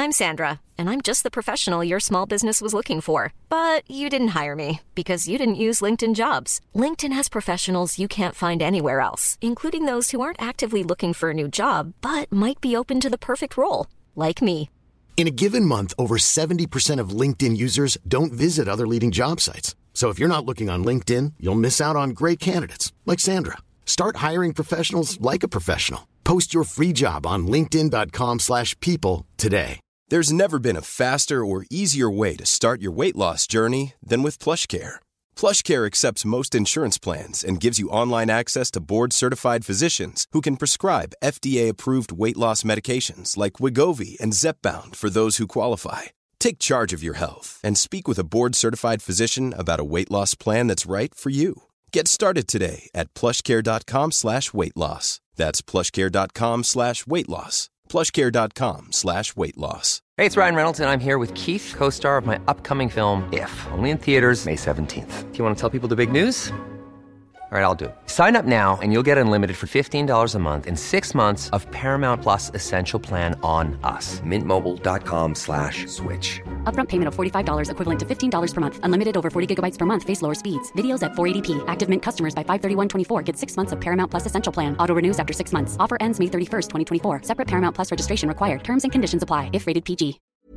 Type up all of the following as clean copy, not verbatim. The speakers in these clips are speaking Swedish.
I'm Sandra, and I'm just the professional your small business was looking for. But you didn't hire me because you didn't use LinkedIn Jobs. LinkedIn has professionals you can't find anywhere else, including those who aren't actively looking for a new job, but might be open to the perfect role, like me. In a given month, over 70% of LinkedIn users don't visit other leading job sites. So if you're not looking on LinkedIn, you'll miss out on great candidates like Sandra. Start hiring professionals like a professional. Post your free job on linkedin.com/people today. There's never been a faster or easier way to start your weight loss journey than with PlushCare. PlushCare accepts most insurance plans and gives you online access to board-certified physicians who can prescribe FDA-approved weight loss medications like Wegovy and Zepbound for those who qualify. Take charge of your health and speak with a board-certified physician about a weight loss plan that's right for you. Get started today at plushcare.com/weightloss. That's plushcare.com/weightloss. plushcare.com/weightloss. Hey, it's Ryan Reynolds, and I'm here with Keith, co-star of my upcoming film, If, only in theaters May 17th. Do you want to tell people the big news? All right, I'll do it. Sign up now and you'll get unlimited for $15 a month and 6 months of Paramount Plus Essential Plan on us. MintMobile.com/switch. Upfront payment of $45 equivalent to $15 per month. Unlimited over 40 gigabytes per month. Face lower speeds. Videos at 480p. Active Mint customers by 531.24 get 6 months of Paramount Plus Essential Plan. Auto renews after 6 months. Offer ends May 31st, 2024. Separate Paramount Plus registration required. Terms and conditions apply if rated PG.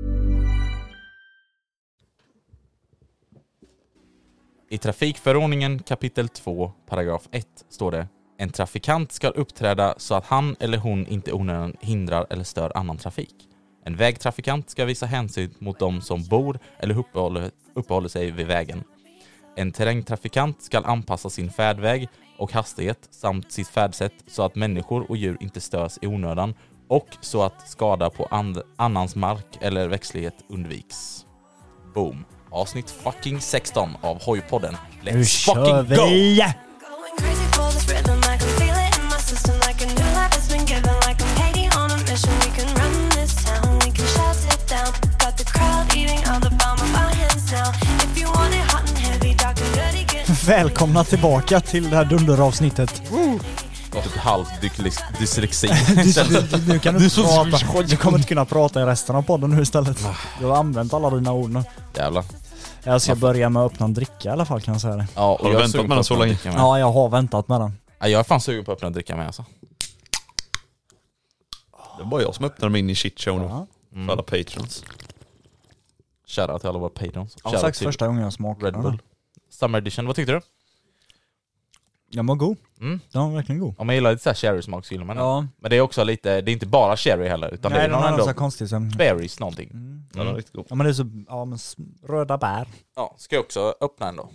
I trafikförordningen kapitel 2, paragraf 1 står det: en trafikant ska uppträda så att han eller hon inte onödan hindrar eller stör annan trafik. En vägtrafikant ska visa hänsyn mot de som bor eller uppehåller sig vid vägen. En terrängtrafikant ska anpassa sin färdväg och hastighet samt sitt färdsätt så att människor och djur inte störs i onödan och så att skada på annans mark eller växtlighet undviks. Boom. Avsnitt fucking 16 av Hojpodden. Let's fucking go! Välkomna tillbaka till det här dunderavsnittet. Typ halv dyslexi. Nu kan du inte prata. Du kommer inte kunna prata i resten av podden nu istället. Du har använt alla dina ord nu. Jävlar. Jag ska börja med att öppna en dricka i alla fall, kan jag säga det. Ja, och har du väntat med den så länge? Ja, jag har väntat med den. Ja, jag är fan sugen på att öppna en dricka med alltså. Det var jag som öppnade min i shitshow nu. För alla patrons. Shoutout till alla våra patrons. Ja, faktiskt första gången jag smakade Red Bull Summer Edition. Vad tyckte du? Den var god. Den var verkligen god. Om jag gillar lite så här cherry-smak så gillar man den. Ja. Men det är också lite, det är inte bara cherry heller, utan nej, det är någon ändå så konstigt som berries någonting. Ja, den är riktigt god. Ja, men det är så, ja, men röda bär. Ja, ska jag också öppna en då.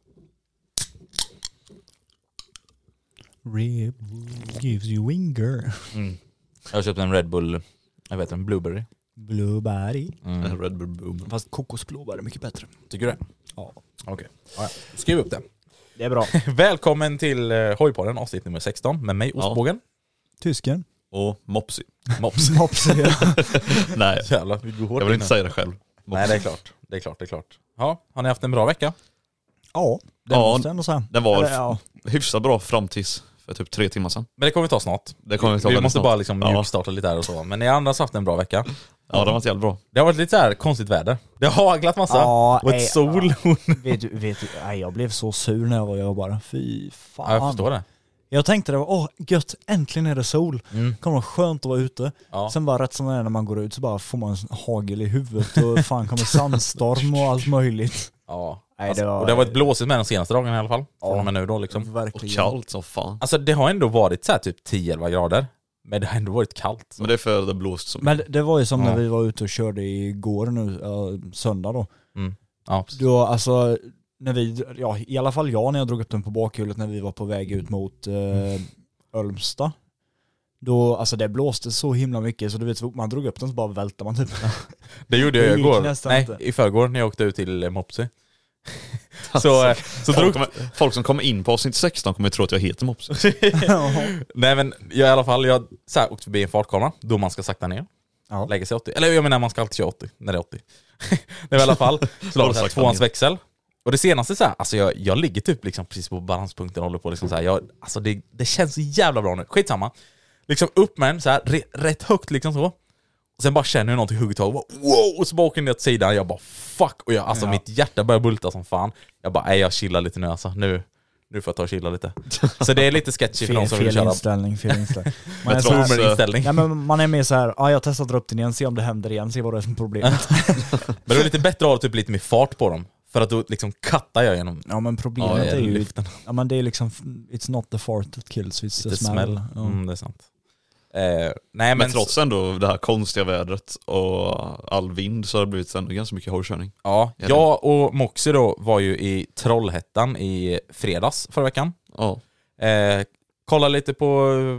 Red Bull gives you winger. Jag har köpt en Red Bull, jag vet en Blueberry. Blueberry. En Red Bull Boom. Fast kokosblåbär är mycket bättre. Tycker du det? Ja. Okej. Ja, skriv upp det. Det är bra. Välkommen till Hojpodden, avsnitt nummer 16 med mig, Ostbågen. Tysken. Och Mopsy. Mopsy, ja. Nej, Jävlar, vi går hårt jag vill inte säga det själv. Mopsy. Nej, det är klart. Ja, har ni haft en bra vecka? Ja, det måste jag ändå säga. Den var hyfsat bra fram tills för typ 3 timmar sedan. Men det kommer vi ta snart. Vi måste bara liksom mjukstarta lite här och så. Men ni andra har haft en bra vecka. Ja, det har varit jävligt bra. Det har varit lite så här konstigt väder. Det har haglat massa. Och ett sol. Vet du, jag blev så sur när jag var jobbare. Fy fan. Ja, jag förstår det. Jag tänkte det var, gött, äntligen är det sol. Kommer vara skönt att vara ute. Ja. Sen bara rätt som det är när man går ut så bara får man en hagel i huvudet och fan kommer sandstorm och allt möjligt. Ja. Nej, alltså, och det har varit blåsigt med de senaste dagarna i alla fall. Från och med nu då liksom. Verkligen. Och kallt som fan. Alltså det har ändå varit så här typ 10-11 grader. Men det har ändå varit kallt. Så. Men det är för det blåst som... Men det var ju som när vi var ute och körde igår nu, söndag då. Ja, då alltså, när vi, i alla fall jag när jag drog upp den på bakhjulet när vi var på väg ut mot Ölmstad. Då, alltså det blåste så himla mycket så du vet, man drog upp den så bara välter man typ. Det gjorde jag igår. Nej, i förrgår när jag åkte ut till Mopsy. Så folk som kommer in på avsnitt 16 kommer tro att jag heter Mopsy. Nej men jag i alla fall, jag så här, åkte förbi en fartkamera då man ska sakta ner. Ja. Lägga sig 80. Eller jag menar man ska alltid köra 80 när det är 80. Men i alla fall så la det så här tvåans växel. Och det senaste så här, alltså jag ligger typ liksom precis på balanspunkten och håller på liksom så här, alltså det känns så jävla bra nu. Skitsamma. Liksom upp med den så här rätt högt liksom så. Och sen bara känner jag någonting hugget tag. Wow! Och så bara åker ner till sidan. Jag bara fuck. Och jag, alltså mitt hjärta börjar bulta som fan. Jag bara, jag chillar lite nu alltså. Nu får jag ta och chilla lite. Så det är lite sketchy för de som vill köra. Fel inställning. Man, Jag tror med inställning. Ja, men man är mer så här, jag testar att dra upp den igen, se om det händer igen, se vad det är som problemet. Men det är lite bättre att ha typ lite mer fart på dem. För att då liksom kattar jag genom. Ja, men problemet är ju luften. Ja, men det är liksom, it's not the fart that kills, it's the smell. Ja. Det är sant. Nej, men trots ändå det här konstiga vädret och all vind så har det blivit ändå ganska mycket hojkörning. Ja, jag och Moxie då var ju i Trollhättan i fredags förra veckan. Ja. Kolla lite på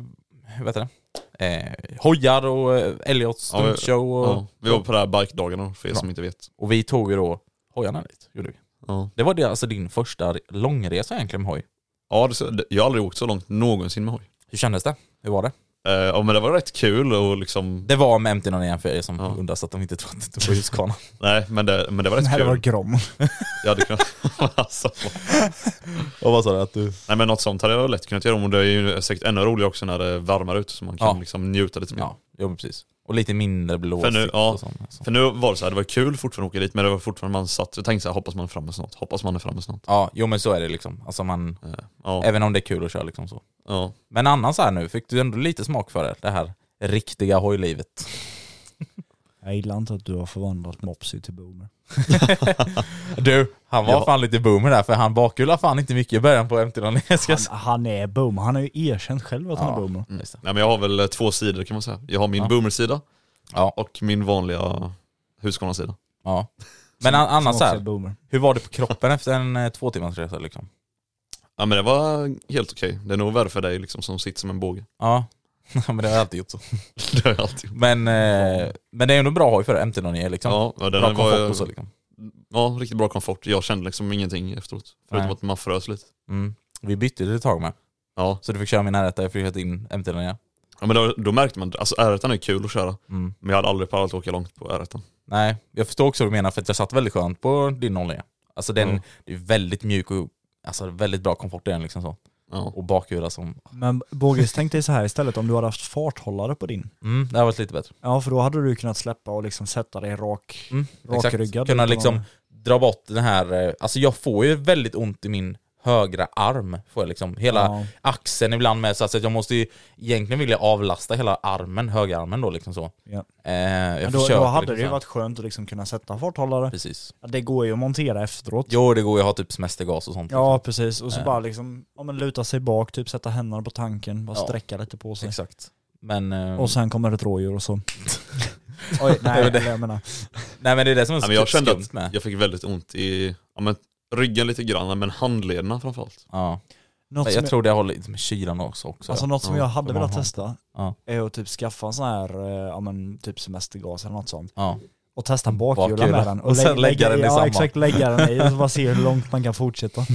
hojar och Elliots stuntshow. Och vi var på det här bike-dagarna för er som inte vet. Och vi tog ju då hojarna dit, gjorde vi. Ja. Det var det, alltså din första långresa egentligen med hoj. Ja, jag har aldrig åkt så långt någonsin med hoj. Hur kändes det? Hur var det? Ja, men det var rätt kul och liksom... Det var med MT-01 för er som undrar så att de inte trodde att det var Husqvarna. Nej, men det var rätt kul. Det var Grom. Ja, det kunde... alltså. Och vad sa du att du... Nej, men något sånt hade jag lätt kunnat göra. Och det är ju säkert ännu roligare också när det värmar ut så man kan liksom njuta lite mer. Ja, precis. Och lite mindre blåsigt. För nu var det så här, det var kul fortfarande att åka dit, men det var fortfarande man satt och tänkte så här, hoppas man är framme snart. Ja, jo men så är det liksom. Alltså man, även om det är kul att köra liksom så. Ja. Men annars här nu, fick du ändå lite smak för det här riktiga hojlivet? Jag gillar inte att du har förvandlat Mopsy till boomer. Du, han var fan lite boomer där, för han bakhjular fan inte mycket i början på MT-01. Han är boomer, han har ju erkänt själv att han är boomer. Nej, men jag har väl 2 sidor kan man säga. Jag har min boomer-sida och min vanliga Husqvarna-sida. Ja. Men annars så här, hur var det på kroppen efter en 2 timmars resa liksom? Ja, men det var helt okej. Det är nog värre för dig liksom, som sitter som en båge. Ja, men det har jag alltid gjort så. Det har jag alltid gjort. Men det är ändå bra hoj för MT-09 liksom. Ja, den bra komfort och så liksom. Ja, riktigt bra komfort. Jag kände liksom ingenting efteråt. Förutom att man frös lite. Vi bytte det ett tag med. Ja. Så du fick köra min R1, jag fick in MT-09. Ja, men då märkte man, alltså R1 är kul att köra. Men jag hade aldrig pallat åka långt på R1. Nej, jag förstår också vad du menar, för att jag satt väldigt skönt på din 09. Alltså den är väldigt mjuk och alltså väldigt bra komfort i den liksom så. Ja. Och bakhjular som... Men Bågis, tänk dig så här istället, om du hade haft farthållare på din. Det hade varit lite bättre. Ja, för då hade du kunnat släppa och liksom sätta dig rakryggad. Kunna liksom dra bort den här... Alltså jag får ju väldigt ont i min högra arm. Får jag liksom hela axeln ibland med, så att jag måste ju egentligen vilja avlasta hela armen, högerarmen då liksom så. Ja. Då hade liksom det ju varit skönt att liksom kunna sätta farthållare. Precis. Det går ju att montera efteråt. Jo, det går ju att ha typ semestergas och sånt. Ja, precis. Och så bara liksom, luta sig bak, typ sätta händerna på tanken, bara sträcka lite på sig. Exakt. Men, och sen kommer ett rådjur och så. Oj, nej, jag menar. Nej, men det är det som är så jag kände att med. Jag fick väldigt ont i ryggen lite grann, men handlederna framförallt. Ja. Jag tror det har lite med kylan också. Alltså något som jag hade velat testa är att typ skaffa en sån här typ semestergas eller något sånt. Ja. Och testa bakhjulen med den. Och sen lägga den i samma. Ja, exakt, lägga den i och så bara se hur långt man kan fortsätta.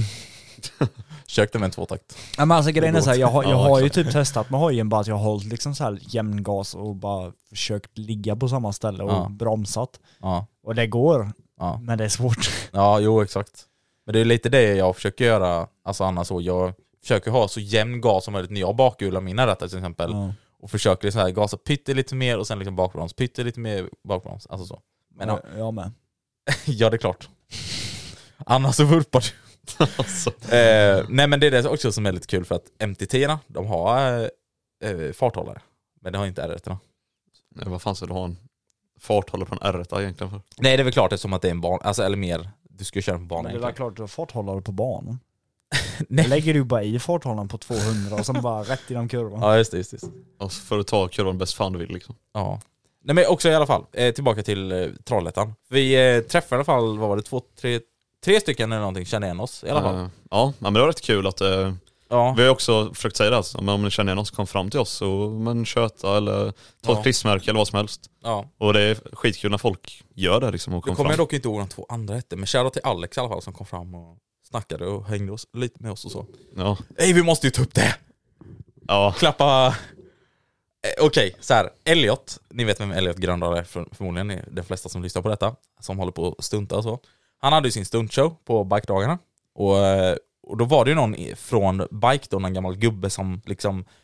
Kök det med en 2-takt. Ja, men alltså grejen är så här, jag har ju typ testat med hojen, bara att jag har hållit liksom så här jämn gas och bara försökt ligga på samma ställe och bromsat. Ja. Och det går, men det är svårt. Ja, jo exakt. Men det är lite det jag försöker göra, alltså annars så, jag försöker ha så jämn gas som möjligt när jag bakhjular mina rätter till exempel. Och försöker så här gasa pytte lite mer och sen liksom bakbroms, pytte lite mer bakbroms, alltså så. Men jag med. Ja, det är klart. Annars så vurpar du. Alltså. Nej, men det är det också som är lite kul, för att MT-10, de har farthållare, men det har inte R1. Nej, vad fan ska du ha en farthållare på en R1 egentligen för? Nej, det är väl klart, det är som att det är en ban, alltså, eller mer, du ska köra på banan. Men det är väl klart att du har farthållare på banan. Nej. Lägger du bara i farthållaren på 200 och sen bara rätt inom kurvan. Ja, just det. Och för att ta kurvan bäst fan du vill liksom. Ja. Nej, men också i alla fall, tillbaka till Trollhättan. Vi träffade i alla fall, vad var det, 3 stycken eller någonting, kände igen oss i alla fall. Ja, men det var rätt kul att vi har också försökt säga det, alltså, om ni känner igen oss, kom fram till oss och köta eller ta ett prismärke eller vad som helst. Ja. Och det är skitkul när folk gör det liksom. Jag kommer dock inte ihåg de 2 andra hette, men shoutout till Alex i alla fall som kom fram och snackade och hängde oss lite med oss och så. Ja. Nej, vi måste ju ta upp det! Ja. Klappa... Okej, så här. Elliot, ni vet vem Elliot Gröndal är, förmodligen är de flesta som lyssnar på detta, som håller på att stunta och så. Han hade ju sin stuntshow på bikedagarna och då var det ju någon från Bike då, en gammal gubbe som liksom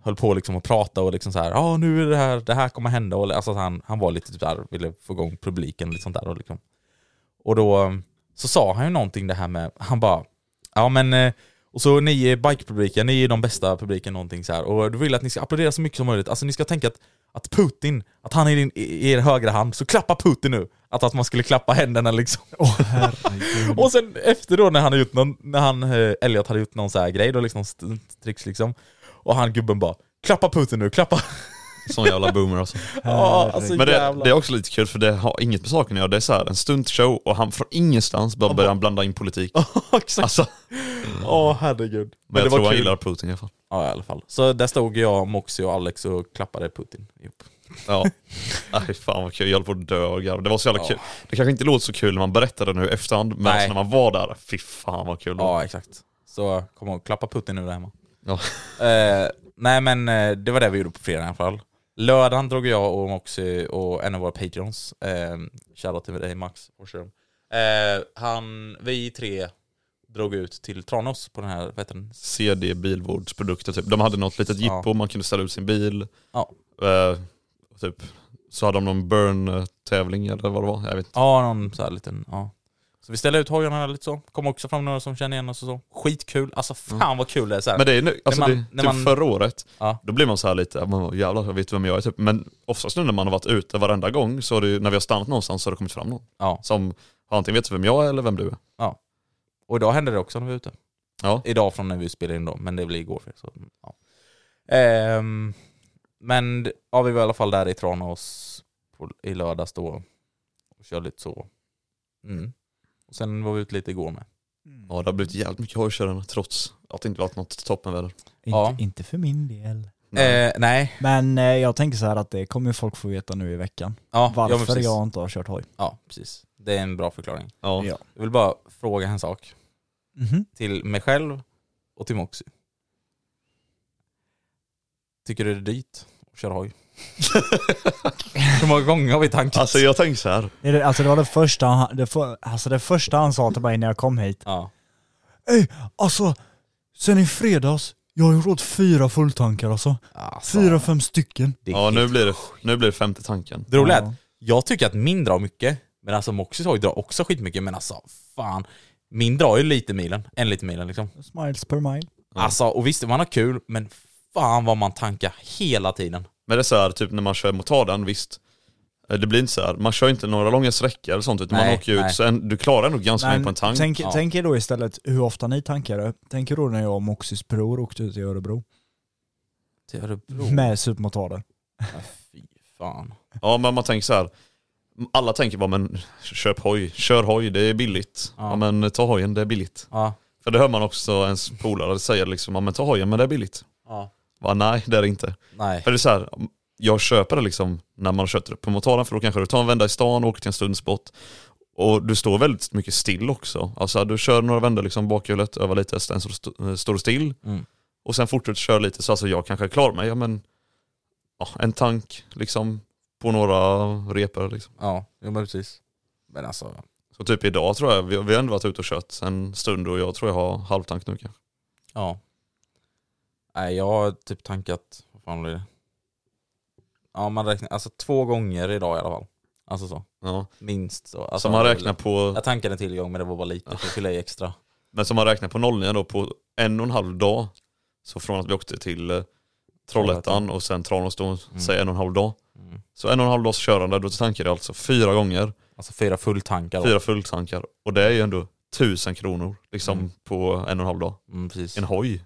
höll på liksom att prata och liksom så här, nu är det här kommer hända, och alltså han var lite typ där, ville få igång publiken och liksom där, och liksom. Och då så sa han ju någonting det här med, han bara, och så ni är bikepubliken, ni är de bästa publiken någonting så här, och du vill att ni ska applådera så mycket som möjligt. Alltså ni ska tänka att Putin, att han är i er högra hand, så klappa Putin nu. Att man skulle klappa händerna liksom. Och sen efter då när Elliot hade gjort någon så här grej då, liksom tricks liksom, och han gubben bara, klappa Putin nu, klappa. Sån jävla boomer alltså. Alltså men det är också lite kul, för det har inget med saken att göra. Det är så här en stuntshow, och han från ingenstans börjar blanda in politik. Exakt. Alltså. Herregud. Men jag tror han gillar Putin i alla fall. Ja, i alla fall. Så där stod jag, Moxie och Alex och klappade Putin ihop. Ja. Aj, fan vad kul, jag höll på att dö och garv. Det var så jävla kul. Det kanske inte låter så kul när man berättade det nu efterhand, men alltså när man var där, fy fan vad kul. Ja, exakt. Så kom och klappa Putin nu där hemma. Ja. Nej men det var det vi gjorde på fredag i alla fall. Lördagen drog jag och Moxie och en av våra Patreons, shoutout till dig Max, vi 3 drog ut till Tranås på den här, vad heter den? CD bilvårdsprodukter typ. De hade något litet jippo, man kunde ställa ut sin bil. Ja. Typ så hade de någon burn-tävling eller vad det var, jag vet inte. Ja, någon så här liten, ja. Så vi ställde ut hojarna lite så. Kom också fram några som känner igen oss och så. Skitkul, alltså fan vad kul det är så här. Men det är nu, alltså typ förra året, ja. Då blir man så här lite, jävlar, jag vet vem jag är typ. Men oftast nu när man har varit ute varenda gång, så är det, när vi har stannat någonstans, så har det kommit fram någon. Ja. Som antingen vet vem jag är eller vem du är. Ja. Och idag hände det också när vi var ute. Ja. Idag från när vi spelade in då, men det blir igår. Så, ja. Men vi var i alla fall där i Tranås i lördags då. Och körde lite så. Och sen var vi ute lite igår med. Ja, det har blivit jävligt mycket hojkörande trots att det inte varit något toppenväder. Inte för min del. Nej. Men jag tänker så här att det kommer folk få veta nu i veckan. Ja, varför jag inte har kört hoj. Ja, precis. Det är en bra förklaring. Ja. Jag vill bara fråga en sak. Till mig själv och till Moxie. Tycker du det är dyrt att köra hoj? Hur många gånger har vi tankat? Alltså jag tänker så här. Det var det första han sa till mig när jag kom hit. Ja. Alltså sen i fredags, jag har ju råd 4 fulltankar alltså. 4-5 stycken. Ja, nu blir det 50 tanken. Det roliga är att jag tycker att min drar mycket, men alltså Moxies hoj drar också skitmycket, men alltså fan, min drar ju en liten milen liksom. Smiles per mile. Alltså, och visst, man har kul, men fan vad man tankar hela tiden. Men det är så här, typ när man kör motarden, visst, det blir inte så här, man kör inte några långa sträckor eller sånt, utan man åker ut, så du klarar nog ganska mycket på en tank. Tänk er då istället hur ofta ni tankar. Tänk er då när jag och Moxies bror åkte ut till Örebro. Till Örebro? Med supermotarden. Fy fan. Ja, men man tänker så här, alla tänker bara, men köp hoj, kör hoj, det är billigt. Ja, men ta hojen, det är billigt. Ja. För det hör man också ens polare säger liksom, ja men ta hojen, men det är billigt. Ja. Va, nej, det är det inte. Nej. För det är så här, jag köper det liksom när man köper det på motorn, för då kanske du tar en vända i stan och åker till en stundspot. Och du står väldigt mycket still också. Alltså du kör några vändor liksom bakhjulet, övar lite, sen så står du still. Och sen fortsätter köra lite, så alltså jag kanske klarar mig, en tank liksom på några repor liksom. Ja, men precis. Men alltså... Så typ idag tror jag, vi har ändå varit ute och kört en stund, och jag tror jag har halvtank nu kanske. Ja. Nej, jag har typ tankat, vad fan blir det? Ja, man räknar, alltså 2 gånger idag i alla fall. Alltså så. Ja. Minst så. Alltså, som man räknar på... Jag tankade en till gång, men det var bara lite, för jag fyllde i extra. Men som man räknar på 09 då, på 1,5 dag. Så från att vi åkte till Trollhättan och sen Tranås då, säg 1,5 dag. Så 1,5 dags körande, då tankade jag alltså 4 gånger. Alltså 4 fulltankar. 4 fulltankar. Och det är ju ändå 1000 kronor liksom på 1,5 dag. Precis. En hoj.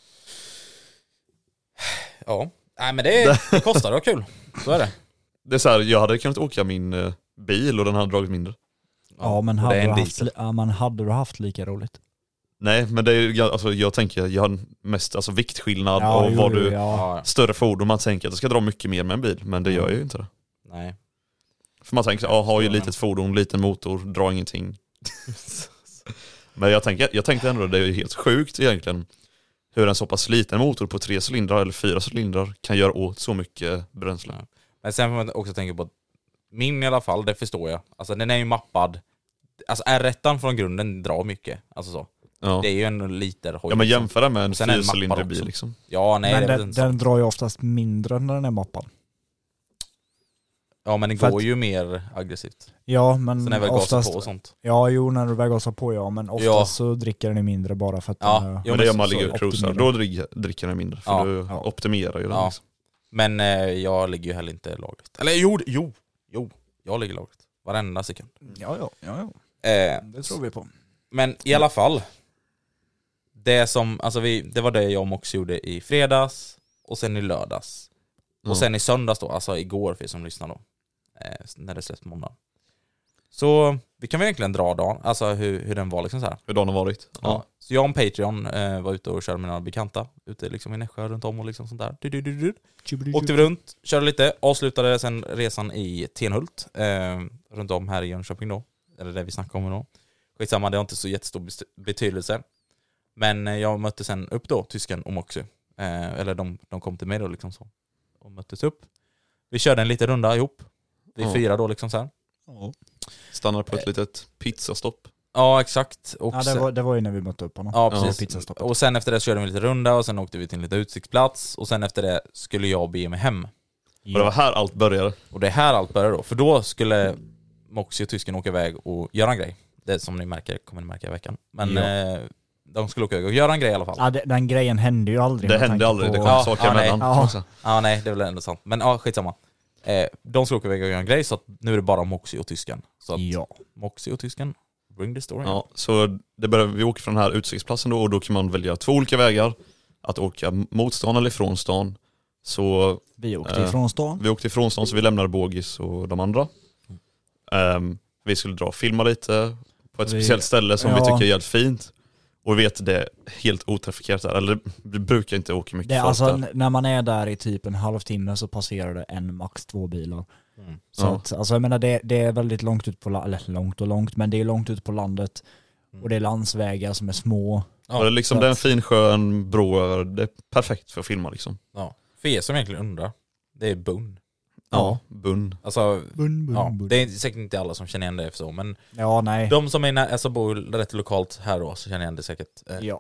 Ja, nej men det kostar, det var kul. Så är det. Det är så här, jag hade kunnat åka min bil och den hade dragit mindre. Ja, men hade du haft lika roligt? Nej, men det är, alltså, jag tänker, jag har mest alltså, viktskillnad och större fordon. Man tänker att det ska dra mycket mer med en bil, men det gör ju inte det. Nej. För man tänker, har ju litet fordon, liten motor, drar ingenting. Men jag tänkte ändå, det är ju helt sjukt egentligen hur en så pass liten motor på 3 cylindrar eller 4 cylindrar kan göra åt så mycket bränsle. Ja. Men sen får man också tänka på min i alla fall, det förstår jag. Alltså den är ju mappad. Alltså R1 från grunden drar mycket. Alltså så. Ja. Det är ju en liter hoj. Ja, men jämför det med en Och sen är det fyrcylindrig mappar bil också. liksom. Ja, nej, Men det är den, väl den drar ju oftast mindre när den är mappad. Ja, men den för går att- ju mer aggressivt. Ja, men Sen är väl gasar oftast... på och sånt. Ja, jo, när du väl gasar på, ja. Men oftast Ja. så dricker den ju mindre bara för att Ja, den är... jo, Men det gör man så- ligger och cruisar, optimerar. då dricker den mindre. För Ja. du Ja. optimerar ju den. Ja. Liksom. Men jag ligger ju heller inte lagligt. Eller jo, jag ligger lagligt. Varenda sekund. Ja. Eh, Det tror vi på. Men i alla fall. Det som, alltså det var det jag också gjorde i fredags. Och sen i lördags. Och sen i söndags då, alltså igår för er som lyssnar då. När det släpps måndag. Så vi kan väl egentligen dra dagen, alltså hur den var liksom så här. Hur dagen har varit. Ja. Så jag och Patreon var ute och körde med några bekanta. Ute liksom i Nässjö runt om och liksom sånt där. Åkte vi runt, körde lite, avslutade sen resan i Tenhult. Runt om här i Jönköping då. Eller det vi snackade om då. Skitsamma, det har inte så jättestor betydelse. Men jag mötte sen upp då tysken och Moxie. Eller de kom till mig då liksom så. Och möttes upp. Vi körde en liten runda ihop. Vi 4 då liksom så här. Stannar på ett litet pizzastopp. Ja, exakt. Och Ja, det var ju när vi mötte upp honom. ja, precis. Pizzastoppet. Och sen efter det körde vi lite runda och sen åkte vi till en liten utsiktsplats. Och sen efter det skulle jag bege mig hem. Och det var här allt började. Och det är här allt började då. För då skulle Moxie och tysken åka iväg och göra en grej. Det som ni märker, kommer ni märka i veckan. Men de skulle åka iväg och göra en grej i alla fall. Ja, den grejen hände ju aldrig. Det med hände tanke aldrig, det på- kom Ja, saker ja, nej. emellan. Ja. också. Ja, nej, det är väl ändå sant. Men ja, skitsamma. De skulle åka iväg och göra en grej, så att nu är det bara Moxie och tysken. Så att Ja. Moxie och tysken, bring the story. Ja, så vi åker från den här utsiktsplatsen då, och då kan man välja 2 olika vägar. Att åka mot stan eller ifrån stan. Så Vi åkte ifrån stan. vi åkte ifrån stan, så vi lämnade Bågis och de andra. Vi skulle dra och filma lite på ett speciellt ställe som vi Ja. tycker är helt fint. Och vi vet det är helt otrafikerat där. Eller vi brukar inte åka mycket Det är folk alltså, där. när man är där i typ en halvtimme så passerar det max 2 bilar. Så Ja. att, alltså jag menar det är väldigt långt ut på eller långt, men det är långt ut på landet. Och det är landsvägar som är små. Ja, och det är liksom, så det är en att- fin sjö, en bro över. Det är perfekt för att filma liksom. Ja. För er som egentligen undrar, det är Bunn. Ja, bunn. Alltså, Bun. det är säkert inte alla som känner igen det så, men Ja, nej. de som är alltså bor rätt lokalt här då, så känner igen det säkert. Ja.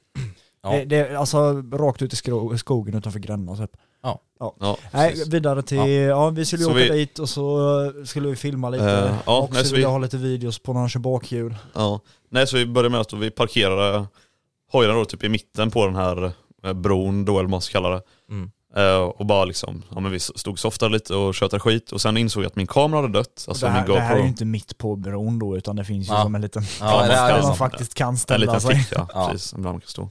Ja. Det är alltså rakt ut i skogen utanför Gränna typ. Ja. Ja, Nej, precis. vidare till, vi skulle ju Så åka vi- dit och så skulle vi filma lite. ja, och nej, så så vill jag vi- ha lite videos på när han kör bakhjul. Ja. Nej, så vi började med att vi parkerade hojarna då typ i mitten på den här bron då, eller vad man ska kalla det. Mm. Och bara liksom, men vi stod softade lite och tjötade skit. Och sen insåg jag att min kamera hade dött. Alltså det, min här, GoPro. det här är ju inte mitt på bron då, utan det finns ju Ja. som en liten... Ja, det är där det man som- faktiskt kan en ställa liten sig. ficka, Ja. precis, där man kan stå.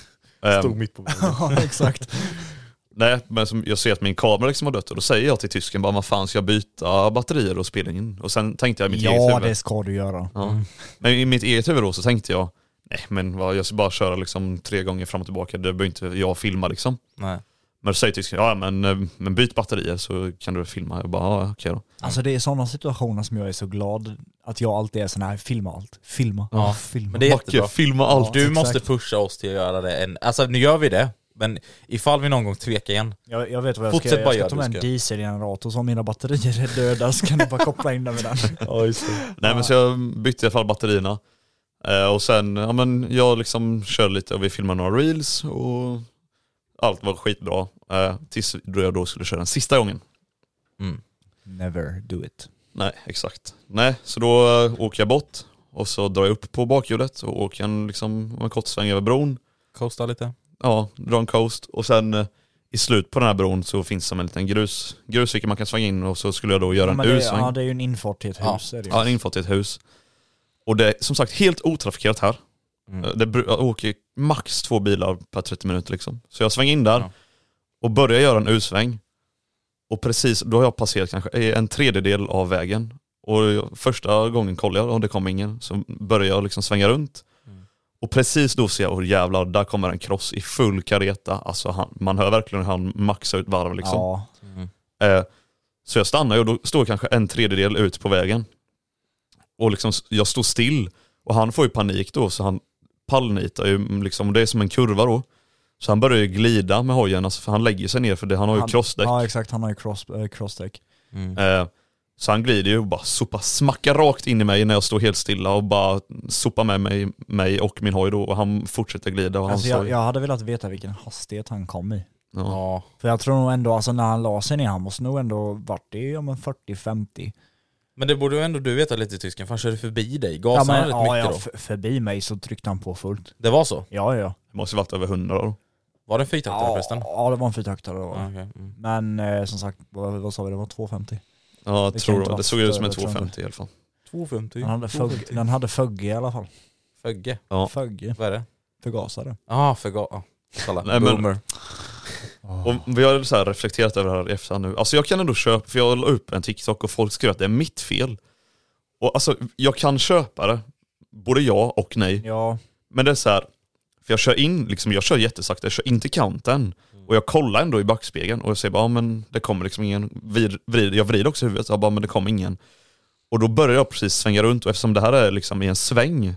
Stod mitt på Ja, exakt. Nej, men som jag ser att min kamera liksom har dött. Och då säger jag till tysken bara, vad fan ska jag byta batterier och spela in? Och sen tänkte jag i mitt eget Ja, huvud. det ska du göra. Ja. Men i mitt eget huvud då så tänkte jag, nej men jag ska bara köra liksom 3 gånger fram och tillbaka. Det behöver inte jag filma liksom. Nej. Men då säger tysken, ja men byt batterier så kan du filma. Jag bara, ja okej då. Alltså det är sådana situationer som jag är så glad att jag alltid är sån här, filma allt. Filma. Ja, Filma. men det är jättebra. Macke, filma allt. Du exakt. måste pusha oss till att göra det. Alltså nu gör vi det. Men ifall vi någon gång tvekar igen. Jag vet vad jag Fortsätt ska göra. bara Jag ska göra ta med det en du ska. dieselgenerator så om mina batterier är döda så kan du bara koppla in den med den. Ja, just det. Nej men så jag bytte i alla fall batterierna. Och sen, ja men jag liksom körde lite och vi filmade några reels och allt var skitbra. Tills jag då skulle köra den sista gången. Mm. Never do it. Nej, exakt. Nej, så då åker jag bort och så drar jag upp på bakhjulet och åker en kort sväng över bron. Coasta lite. Ja, drar en coast. Och sen i slut på den här bron så finns det en liten grusficka man kan svänga in och så skulle jag då göra en men det, U-sväng. ja, det är ju en infart till ett hus. Är det ju. Ja, en infart till ett hus. Och det är som sagt helt otrafikerat här. Jag åker max 2 bilar per 30 minuter liksom. Så jag svänger in där och börjar göra en U-sväng. Och precis, då har jag passerat kanske en tredjedel av vägen. Och första gången kollar jag och det kommer ingen. Så börjar jag liksom svänga runt. Och precis då ser jag, jävlar, där kommer en cross i full kareta. Alltså man hör verkligen hur han maxar ut varv liksom. Ja. Så jag stannar och då står kanske en tredjedel ut på vägen. Och liksom, jag står still. Och han får ju panik då, så han pallnitar ju liksom, det är som en kurva då. Så han börjar ju glida med hojen, alltså, för han lägger sig ner för det, han har ju crossdäck. Ja exakt, han har ju crossdäck. Så han glider ju och bara smackar rakt in i mig när jag står helt stilla och bara sopar med mig och min hoj då, och han fortsätter glida. Och alltså jag hade velat veta vilken hastighet han kom i. Ja. För jag tror nog ändå, alltså när han la sig ner, han måste nog ändå varit i 40-50. Men det borde ju ändå du veta lite i tysken, för han körde förbi dig. Gasade han rätt mycket då? Förbi mig så tryckte han på fullt. Det var så? Ja. Det måste ju varit över 100 då. Var det en fyrtaktare förresten? Ja, det var en fyrtaktare då. Okay. Men som sagt, vad sa vi, det var 250. Ja, jag tror det. Det såg ut som en 250 i alla fall. 250? Den hade fögge i alla fall. Fögge? Ja. Fögge. Vad är det? Förgasare. Kolla, nej, boomer. Och vi har så här reflekterat över det här efter nu. Alltså jag kan ändå köpa, för jag la upp en TikTok och folk skrev att det är mitt fel. Och alltså jag kan köpa det, både ja och nej. Ja. Men det är så här, för jag kör in, liksom, jag kör jättesakta, jag kör in till kanten. Och jag kollar ändå i backspegeln och jag säger bara, men det kommer liksom ingen, jag vrider också huvudet, jag bara, men det kommer ingen. Och då börjar jag precis svänga runt, och eftersom det här är liksom i en sväng.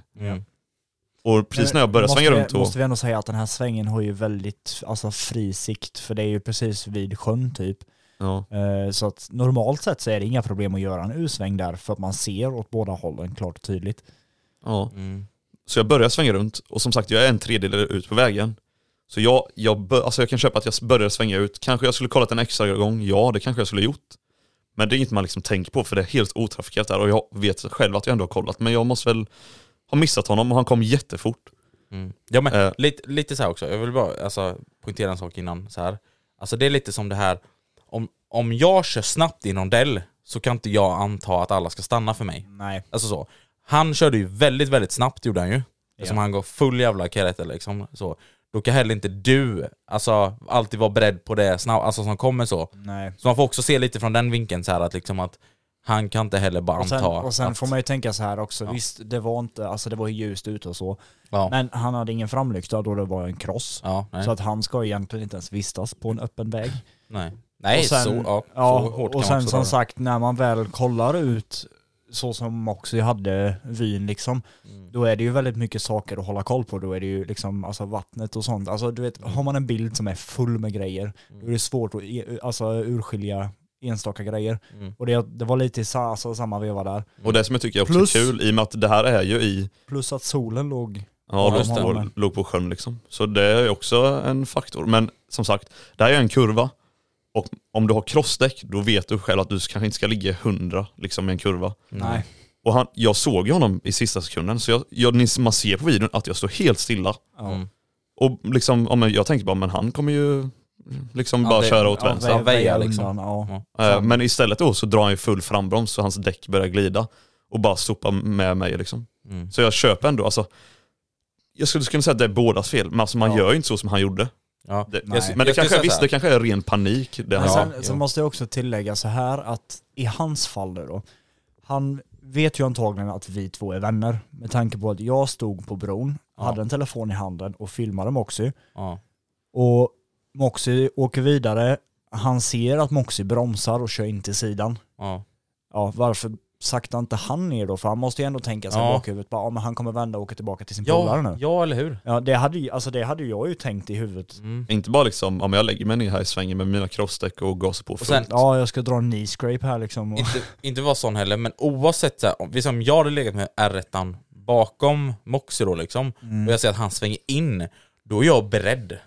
Och precis när jag börjar svänga runt måste vi ändå säga att den här svängen har ju väldigt fri sikt, för det är ju precis vid sjön typ. Ja. Så att normalt sett så är det inga problem att göra en U-sväng där, för att man ser åt båda hållen klart och tydligt. Ja. Så jag börjar svänga runt, och som sagt jag är 1/3 ut på vägen. Så jag kan köpa att jag börjar svänga ut. Kanske jag skulle kollat en extra gång, ja det kanske jag skulle gjort. Men det är inget man liksom tänker på, för det är helt otrafikerat där, och jag vet själv att jag ändå har kollat, men jag måste väl ha missat honom, och han kom jättefort. Ja men lite så här också, jag vill bara poängtera en sak innan så här. Alltså det är lite som det här, om jag kör snabbt i någon del så kan inte jag anta att alla ska stanna för mig. Nej. Alltså så. Han körde ju väldigt, väldigt snabbt, gjorde han ju. Som han går full jävla karette liksom. Så. Då kan heller inte du alltid vara beredd på det som kommer så. Nej. Så man får också se lite från den vinkeln så här, att liksom att han kan inte heller bara anta. Och sen får man ju tänka så här också, visst det var inte, det var ljust ute och så. Ja. Men han hade ingen framlykta då det var en cross. Ja, så att han ska egentligen inte ens vistas på en öppen väg. Nej, och sen, så hårt kan och sen också som vara. sagt, när man väl kollar ut så som också hade vyn liksom, då är det ju väldigt mycket saker att hålla koll på. Då är det ju liksom vattnet och sånt. Alltså du vet, har man en bild som är full med grejer, då är det svårt att urskilja enstaka grejer. Och det var lite samma veva där. Och det som jag tycker är också kul, i och med att det här är ju i... Plus att solen låg... Ja, låg på sjön liksom. Så det är också en faktor. Men som sagt, det här är en kurva. Och om du har crossdäck, då vet du själv att du kanske inte ska ligga 100 liksom, i en kurva. Nej. Och jag såg ju honom i sista sekunden, så man ser på videon att jag står helt stilla. Och liksom, jag tänkte bara, men han kommer ju liksom bara köra åt vänster. Väja liksom. Men istället då så drar han ju full frambroms, så hans däck börjar glida. Och bara sopa med mig liksom. Så jag köper ändå, jag skulle kunna säga att det är bådas fel, men man gör ju inte så som han gjorde. Ja. Men det kanske är ren panik. Så måste jag också tillägga så här, att i hans fall då, han vet ju antagligen att vi två är vänner, med tanke på att jag stod på bron, hade en telefon i handen och filmade Moxie. Och Moxie åker vidare, han ser att Moxie bromsar och kör in till sidan. Varför sakta inte han ner då? För han måste ju ändå tänka sig bakhuvudet, men han kommer vända och åka tillbaka till sin polare nu. Ja, eller hur? Ja, det hade jag ju tänkt i huvudet. Inte bara liksom, om jag lägger mig ner här i svängen med mina crossdäck och gasar på fullt. Sen, jag ska dra en knee scrape här liksom. Inte vara sån heller, men oavsett så här, om jag hade legat med R1 bakom Moxie då liksom, och jag ser att han svänger in, då är jag beredd.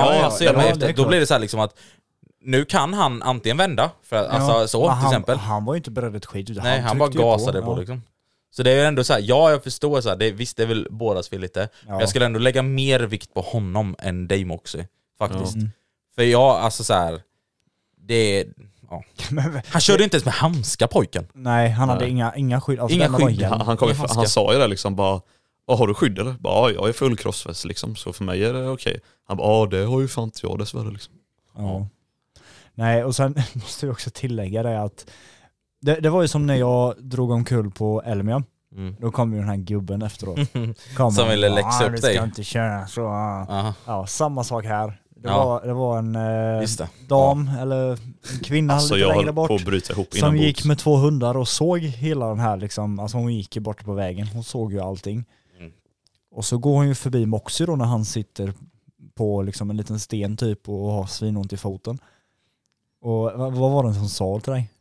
Då blir det så här liksom att nu kan han antingen vända för att, till exempel. Han var ju inte beredd ett skit. Nej, han bara gasade på liksom. Så det är ändå så här, jag förstår så här, visst det är väl bådas fel lite. Men jag skulle ändå lägga mer vikt på honom än dig Moxie, faktiskt. För jag, så här, det är... Ja. Han körde inte ens med handskar, pojken. Nej, han hade inga skydd. Inga skydd. Han sa ju det liksom bara, har du skydd eller? Bara, jag är full crossväst liksom, så för mig är det okej. Han bara, det har ju fan inte jag dessvärre liksom. Ja. Nej, och sen måste vi också tillägga det att det var ju som när jag drog omkull på Elmia. Då kom ju den här gubben efteråt. Som ville läxa upp dig. Du ska inte köra så. Ja, samma sak här. Det var en dam eller en kvinna lite längre bort på att bryta ihop som gick med 2 hundar och såg hela den här liksom, hon gick ju bort på vägen. Hon såg ju allting. Och så går hon ju förbi Moxie då när han sitter på liksom en liten sten typ och har svinont i foten. Och vad var det som sa till dig?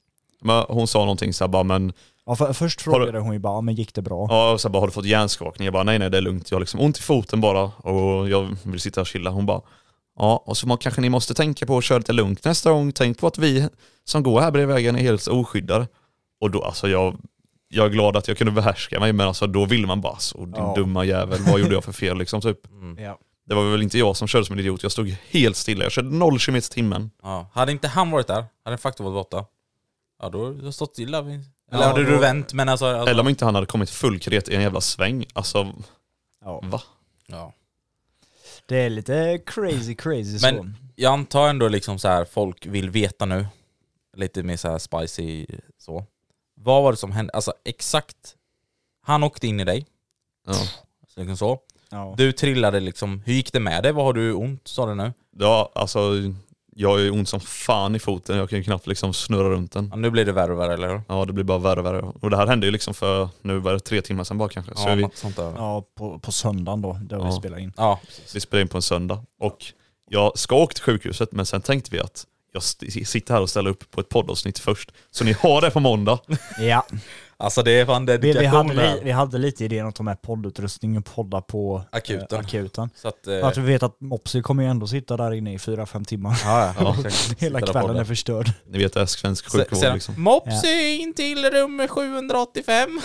Men hon sa någonting så här, bara, men... Ja, först frågade hon ju bara, men gick det bra? Ja, och så bara, har du fått hjärnskakning? Jag bara, nej det är lugnt. Jag har liksom ont i foten bara och jag vill sitta och chilla. Hon bara, ja, och så kanske ni måste tänka på att köra lite lugnt nästa gång. Tänk på att vi som går här bredvid vägen är helt oskyddade. Och då, alltså jag är glad att jag kunde behärska mig, men alltså då vill man bara, så din dumma jävel, vad gjorde jag för fel liksom typ. Ja. Det var väl inte jag som körde som en idiot, jag stod helt stilla, jag körde 0 km/h. Ja. Hade inte han varit där, hade en faktor varit borta. Ja, då hade jag stått stilla. Eller hade du vänt, men alltså... Eller om inte han hade kommit full kret i en jävla sväng, alltså... Ja. Va? Ja. Det är lite crazy Men så. jag antar ändå liksom så här, folk vill veta nu. Lite mer så här spicy så. Vad var det som hände? Alltså exakt. Han åkte in i dig. Ja. Så liksom så. Ja. Du trillade liksom. Hur gick det med dig? Vad har du ont, sa du nu? Ja, alltså jag har ju ont som fan i foten, jag kan ju knappt liksom snurra runt den. Ja, nu blir det värre och värre, eller hur? Ja, det blir bara värre och värre. Och det här hände ju liksom för, nu var det 3 timmar sedan bara kanske. Så Ja, vi något sånt där. Ja, på söndagen då, där vi spelar in. Ja, precis. Vi spelade in på en söndag. Och jag ska åka till sjukhuset, men sen tänkte vi att jag sitter här och ställer upp på ett poddavsnitt först. Så ni har det på måndag. Ja. Alltså det är fan dedikation. Vi hade lite idén att ta med poddutrustning och podda på akuten. Så att, att vi vet att Mopsy kommer ju ändå sitta där inne i 4-5 timmar. ja. Hela kvällen är förstörd. Ni vet, det är svensk sjukvård liksom. Mopsy in till rum 785.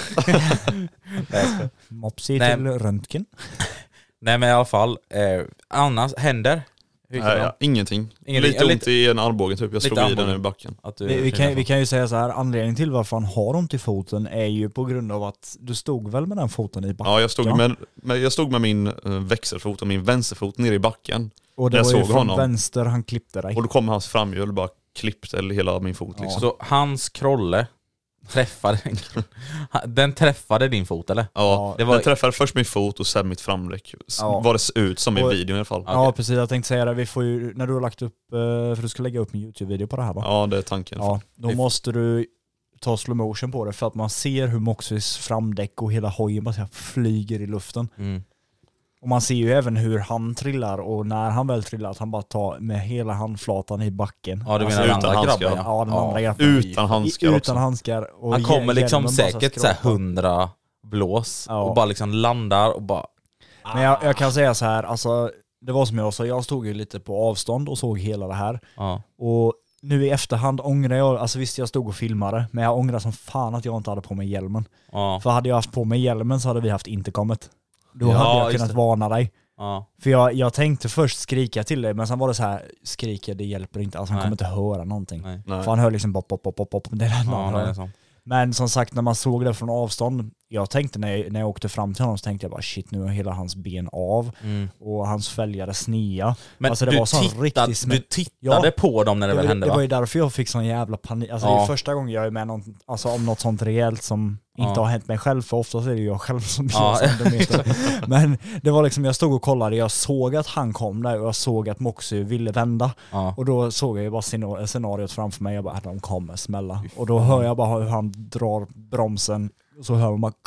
Mopsy till röntgen. Nej, men i alla fall, annars händer. Nej, ingenting. Lite ont i en armbåge typ. Jag slog i den i backen. Vi kan ju säga så här, anledningen till varför han har ont i foten är ju på grund av att du stod väl med den foten i backen. Ja, jag stod med min växelfot och min vänsterfot nere i backen. Och det var ju från vänster han klippte dig. Och då kom hans framhjul bara klippte hela min fot liksom. Så hans krolle den träffade din fot, eller? Ja, den träffade först min fot och sen mitt framdäck. Vad det ser ut som i videon i alla fall. Ja, precis. Jag tänkte säga det. Vi får ju, när du har lagt upp, för du ska lägga upp en YouTube-video på det här, va? Ja, det är tanken. Ja, då måste du ta slow motion på det, för att man ser hur Moxys framdäck och hela hojen bara flyger i luften. Och man ser ju även hur han trillar, och när han väl trillar att han bara tar med hela handflatan i backen. Ja, du menar den andra grabben? Ja, den andra grabben. Utan handskar. Och han kommer liksom säkert så här 100 blås och bara liksom landar och bara... Men jag kan säga så här, alltså det var som jag sa, jag stod ju lite på avstånd och såg hela det här. Och nu i efterhand ångrar jag, alltså visst jag stod och filmade, men jag ångrar som fan att jag inte hade på mig hjälmen. För hade jag haft på mig hjälmen så hade vi haft intercomet. Då hade jag kunnat varna dig. För jag tänkte först skrika till dig, men sen var det så här, skrika det hjälper inte, alltså han kommer inte höra någonting. Nej. För han hör liksom pop. Det är det. Men som sagt, när man såg det från avstånd, jag tänkte när jag åkte fram till honom så tänkte jag bara shit, nu är hela hans ben av och hans fälgar snea. Men alltså, det var du tittade på dem när det väl hände, va? Det var ju därför jag fick sån jävla panik. Alltså det är första gången jag är med om något sånt rejält som inte har hänt mig själv, för oftast är det jag själv som blir Men det var liksom, jag stod och kollade, jag såg att han kom där och jag såg att Moxy ville vända. Och då såg jag ju bara scenariot framför mig, jag bara, de kommer smälla. Och då hör jag bara hur han drar bromsen, och så hör man bara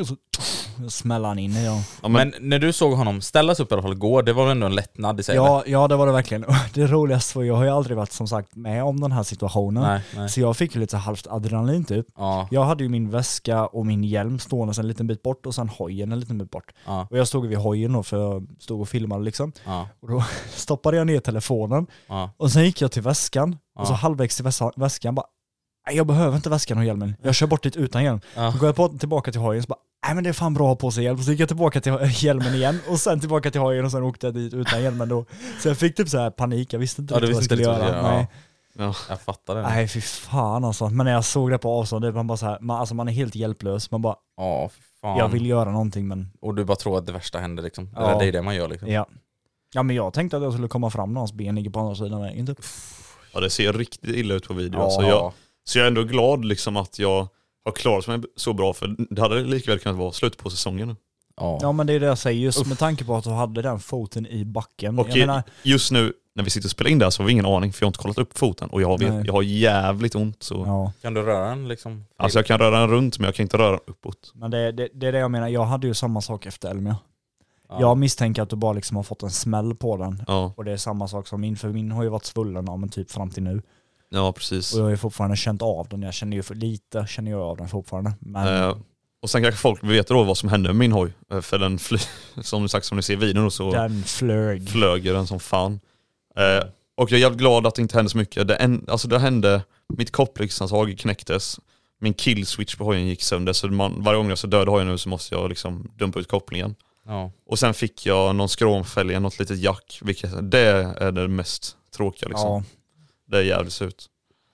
så smäller han in. Men när du såg honom ställas upp i alla fall igår, det var ändå en lättnad i sig. Ja, det var det verkligen. Det roligaste var, jag har ju aldrig varit som sagt med om den här situationen. Nej. Så jag fick ju lite halvt adrenalin typ. Jag hade ju min väska och min hjälm stående en liten bit bort och sen hojen en liten bit bort. Och jag stod vid hojen då, för jag stod och filmade liksom. Och då stoppade jag ner telefonen och sen gick jag till väskan och så halvvägs till väskan bara, jag behöver inte väskan och hjälmen. Jag kör bort dit utan hjälm. Då går jag tillbaka till hojen och så bara, nej men det är fan bra att ha på sig hjälm. Så gick jag tillbaka till hjälmen igen och sen tillbaka till hojen och sen åkte jag dit utan hjälmen då. Så jag fick typ så här panik. Jag visste inte vad jag skulle göra. Nej. Ja. Jag fattar det. Nej, fy fan alltså. Men när jag såg det på avstånd, det var bara så här, man är helt hjälplös. Man bara, fy fan. Jag vill göra någonting, men... Och du bara tror att det värsta händer liksom. Eller det är det man gör liksom. Ja, men jag tänkte att jag skulle komma fram när hans ben ligger på andra sidan vägen typ. Ja, det ser riktigt illa ut på video. Så jag är ändå glad liksom att jag har klarat mig så bra, för det hade likväl kunnat vara slut på säsongen nu. Ja, men det är det jag säger, just med tanke på att du hade den foten i backen. Och just nu när vi sitter och spelar in där så har vi ingen aning, för jag har inte kollat upp foten och jag har jävligt ont. Så. Kan du röra den liksom? Alltså jag kan röra den runt, men jag kan inte röra den uppåt. Men det är det jag menar, jag hade ju samma sak efter Elmia. Jag misstänker att du bara liksom har fått en smäll på den. Och det är samma sak som min, för min har ju varit svullen men typ fram till nu. Ja, precis. Och jag har ju fortfarande känt av den. Jag känner ju av den fortfarande. Men och sen kanske folk vet då vad som hände med min hoj. För den som sagt, som ni ser i videon så den flög den som fan. Och jag är jävligt glad att det inte hände så mycket. Det hände, mitt kopplingsanslag knäcktes. Min killswitch på hojen gick sönder. Så varje gång jag så dödade hojen nu så måste jag liksom dumpa ut kopplingen. Ja. Och sen fick jag någon skromfälg, något litet jack. Det är det mest tråkiga liksom. Ja. Det är jävligt ut.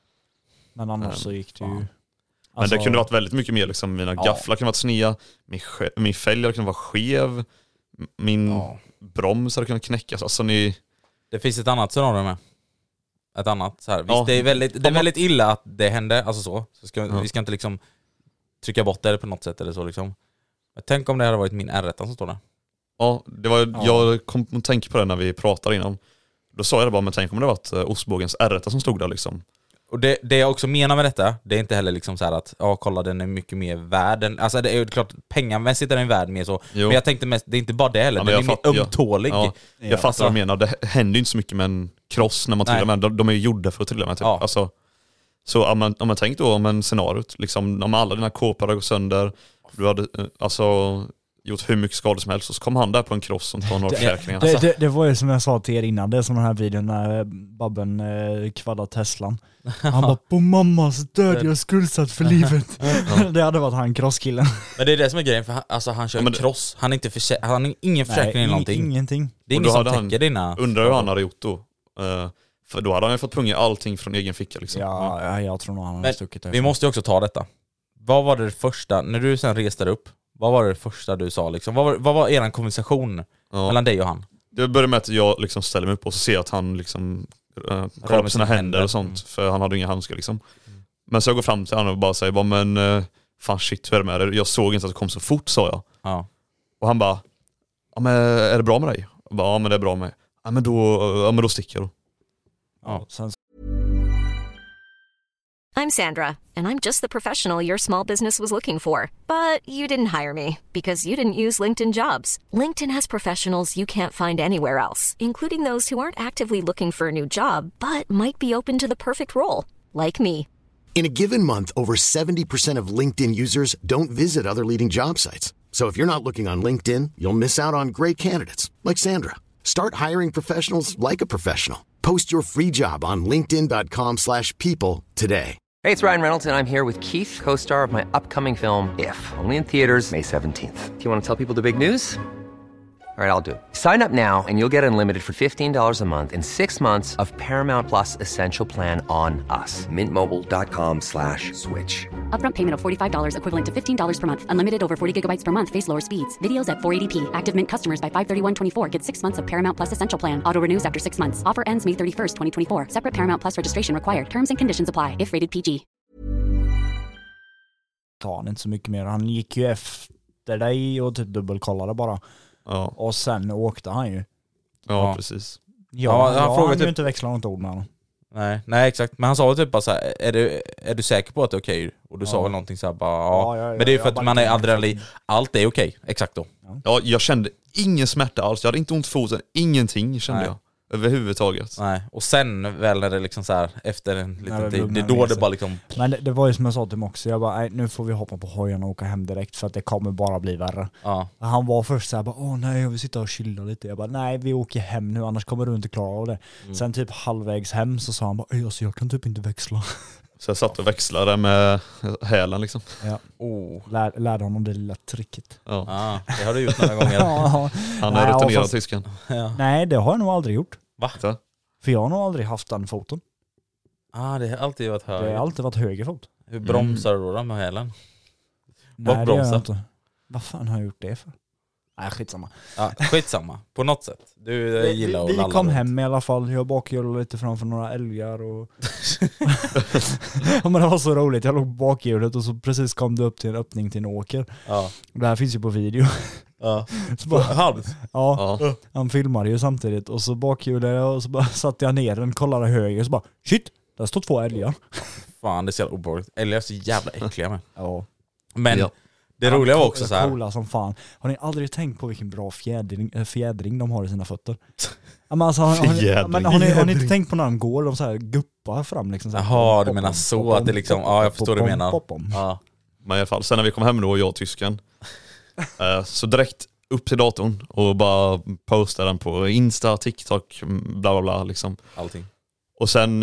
Men annars så gick det ju... Men det kunde varit väldigt mycket mer liksom. Mina gafflar kunde varit snea. Min fälg kunde vara skev. Min broms hade kunnat knäckas. Alltså Det finns ett annat scenario med. Ett annat så här. Visst, det är väldigt illa att det hände. Alltså så vi ska inte liksom trycka bort det på något sätt eller så liksom. Men tänk om det hade varit min R1 som står där. Ja, jag kom att tänka på det när vi pratade innan. Då sa jag det bara, men tänk om det varit ostbågens R1 som stod där liksom. Och det jag också menar med detta, det är inte heller liksom så här att kolla, den är mycket mer värd. Alltså det är ju klart, pengamässigt är den värd mer så. Jo. Men jag tänkte mest, det är inte bara det heller, den är mer ömtålig. Jag fattar vad du menar. Det händer ju inte så mycket med en kross när man trillar med. De är ju gjorda för att trilla med typ. Alltså, så om man tänker då om en scenario liksom, om alla dina kåpor går sönder, du hade gjort hur mycket skador som helst, så kom han där på en kross som tar några försäkringar. Det var ju som jag sa till er innan, det är som den här videon när Babben kvaddar Teslan. Han bara, på mammas död, jag är skuldsatt för livet. Det hade varit han crosskillen. Men det är det som är grejen, för han kör cross. Han har ingen försäkring eller någonting. Ingenting. Det är ingen som täcker dina... Undrar hur han hade gjort då. För då hade han ju fått punga allting från egen ficka liksom. Ja, jag tror nog han hade stuckit det. Vi måste ju också ta detta. Vad var det första, när du sen reste upp, vad var det första du sa liksom? Vad var er konversation mellan dig och han? Det började med att jag liksom ställer mig upp och så ser att han liksom kollar på sina händer och sånt. För han hade inga handskar liksom. Men så jag går fram till honom och bara säger, men fan shit, hur är det med det? Jag såg inte att det kom så fort, sa jag. Ja. Och han bara, men är det bra med dig? Jag bara, men det är bra med mig. Men då sticker jag då. Ja. I'm Sandra, and I'm just the professional your small business was looking for. But you didn't hire me because you didn't use LinkedIn Jobs. LinkedIn has professionals you can't find anywhere else, including those who aren't actively looking for a new job, but might be open to the perfect role, like me. In a given month, over 70% of LinkedIn users don't visit other leading job sites. So if you're not looking on LinkedIn, you'll miss out on great candidates like Sandra. Start hiring professionals like a professional. Post your free job on linkedin.com/people today. Hey, it's Ryan Reynolds, and I'm here with Keith, co-star of my upcoming film, If, only in theaters May 17th. Do you want to tell people the big news? All right, I'll do it. Sign up now and you'll get unlimited for $15 a month and 6 months of Paramount Plus Essential Plan on us. MintMobile.com/switch. Upfront payment of $45 equivalent to $15 per month. Unlimited over 40 gigabytes per month. Face lower speeds. Videos at 480p. Active Mint customers by 531.24 get 6 months of Paramount Plus Essential Plan. Auto renews after 6 months. Offer ends May 31st, 2024. Separate Paramount Plus registration required. Terms and conditions apply if rated PG. Han inte så mycket mer. Han gick ju efter dig och typ dubbelkollade bara. Ja. Och sen åkte han ju. Ja, precis. Han frågade ju inte växla något ord med honom. Nej, exakt. Men han sa typ bara så här, är du säker på att det är okej? Och du sa väl någonting så här bara, Men det är ju för att man är adrenalin. Allt är okej, exakt då. Ja, jag kände ingen smärta alls. Jag hade inte ont i foten, ingenting kände jag. Överhuvudtaget. Nej, och sen väl när det liksom så här efter en liten tid, det är då det bara liksom... Men det var ju som jag sa till Moxie, jag bara, nej, nu får vi hoppa på hojen och åka hem direkt för att det kommer bara bli värre. Ja. Han var först så här, bara, nej, jag vill sitta och chilla lite. Jag bara, nej, vi åker hem nu, annars kommer du inte klara av det. Sen typ halvvägs hem så sa han bara, alltså, jag kan typ inte växla. Så jag satt och växlade med hälen liksom. Ja. Lärde honom det lilla tricket. Ja. Det har du gjort några gånger. Han är rutinerad tysken. Ja. Nej, det har jag nog aldrig gjort. Va? För jag har nog aldrig haft den foten. Det har alltid varit höger. Det har alltid varit höger fot. Hur bromsar du då med hälen? Nej, det gör jag inte. Vad fan har jag gjort det för? Nej, skitsamma. Ja, skitsamma. På något sätt. Du gillar att vi kom hem i alla fall. Jag bakhjulade lite framför några älgar och... Ja, men det var så roligt. Jag låg på bakhjulet och så precis kom det upp till en öppning till en åker. Ja. Det här finns ju på video. Ja. Så bara, han filmade ju samtidigt och så bakhjulade och så bara satte jag ner den, kollade höger och så bara, shit, där står 2 älgar. Fan, det är så jävla obehagligt. Älgar är så jävla äckliga med. Ja. Men Det roliga var också så här. Coola som fan. Har ni aldrig tänkt på vilken bra fjädring de har i sina fötter? Men alltså, har ni inte tänkt på när de går, de så här guppar fram liksom? Jaha, du menar så att det liksom, ja jag förstår vad du menar. Ja. Men i alla fall, sen när vi kom hem då, jag och tysken, så direkt upp till datorn och bara posta den på Insta, TikTok, bla bla bla liksom. Allting. Och sen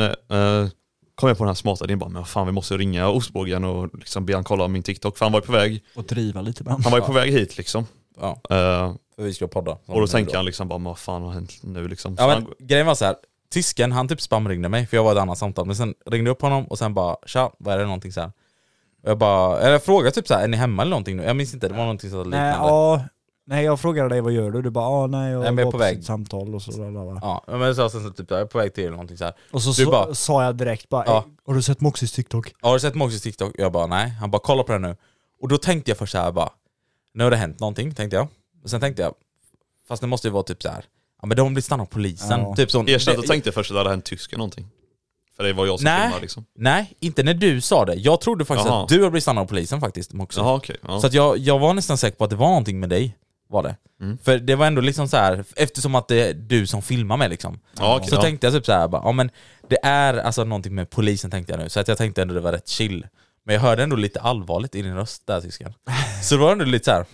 kom jag på den här smarta idén, bara, men fan vi måste ringa Ostbågen och liksom be han kolla min TikTok, för han var ju på väg. Och driva lite med han var ju på väg hit liksom. Ja. För vi ska podda. Och då tänker han liksom bara, vad fan har hänt nu liksom. Ja, men grejen var så här, tysken han typ spamringde mig för jag var i ett annat samtal, men sen ringde upp honom och sen bara, tja, vad är det någonting så här. Och jag bara, eller jag frågade typ så här, är ni hemma eller någonting nu? Jag minns inte, det var någonting så liknande. Nej, jag frågade dig, vad gör du? Du bara, nej, jag var på väg. Samtal och så där. Ja, men jag sa sen typ, jag är på väg till eller någonting så här. Och så sa jag direkt bara, har du sett Moxys TikTok? Ja, har du sett Moxys TikTok? Jag bara, nej. Han bara, kolla på den nu. Och då tänkte jag först så här bara, nu har det hänt någonting, tänkte jag. Och sen tänkte jag, fast det måste ju vara typ så här, ja men de blir stannade av polisen. Ja. Typ sån, jag tänkte först att det hade hänt tysken någonting. För det var jag som filmade liksom. Nej, inte när du sa det. Jag trodde faktiskt att du har blivit stannad av polisen faktiskt också. Jaha, okej. Ja. Så att jag var nästan säker på att det var någonting med dig. Var det. För det var ändå liksom så här, eftersom att det är du som filmar mig liksom. Ja, okay, så tänkte jag typ så här bara, ja men det är alltså någonting med polisen tänkte jag nu. Så att jag tänkte ändå det var rätt chill. Men jag hörde ändå lite allvarligt i din röst där, tysken. Så det var ändå lite så här,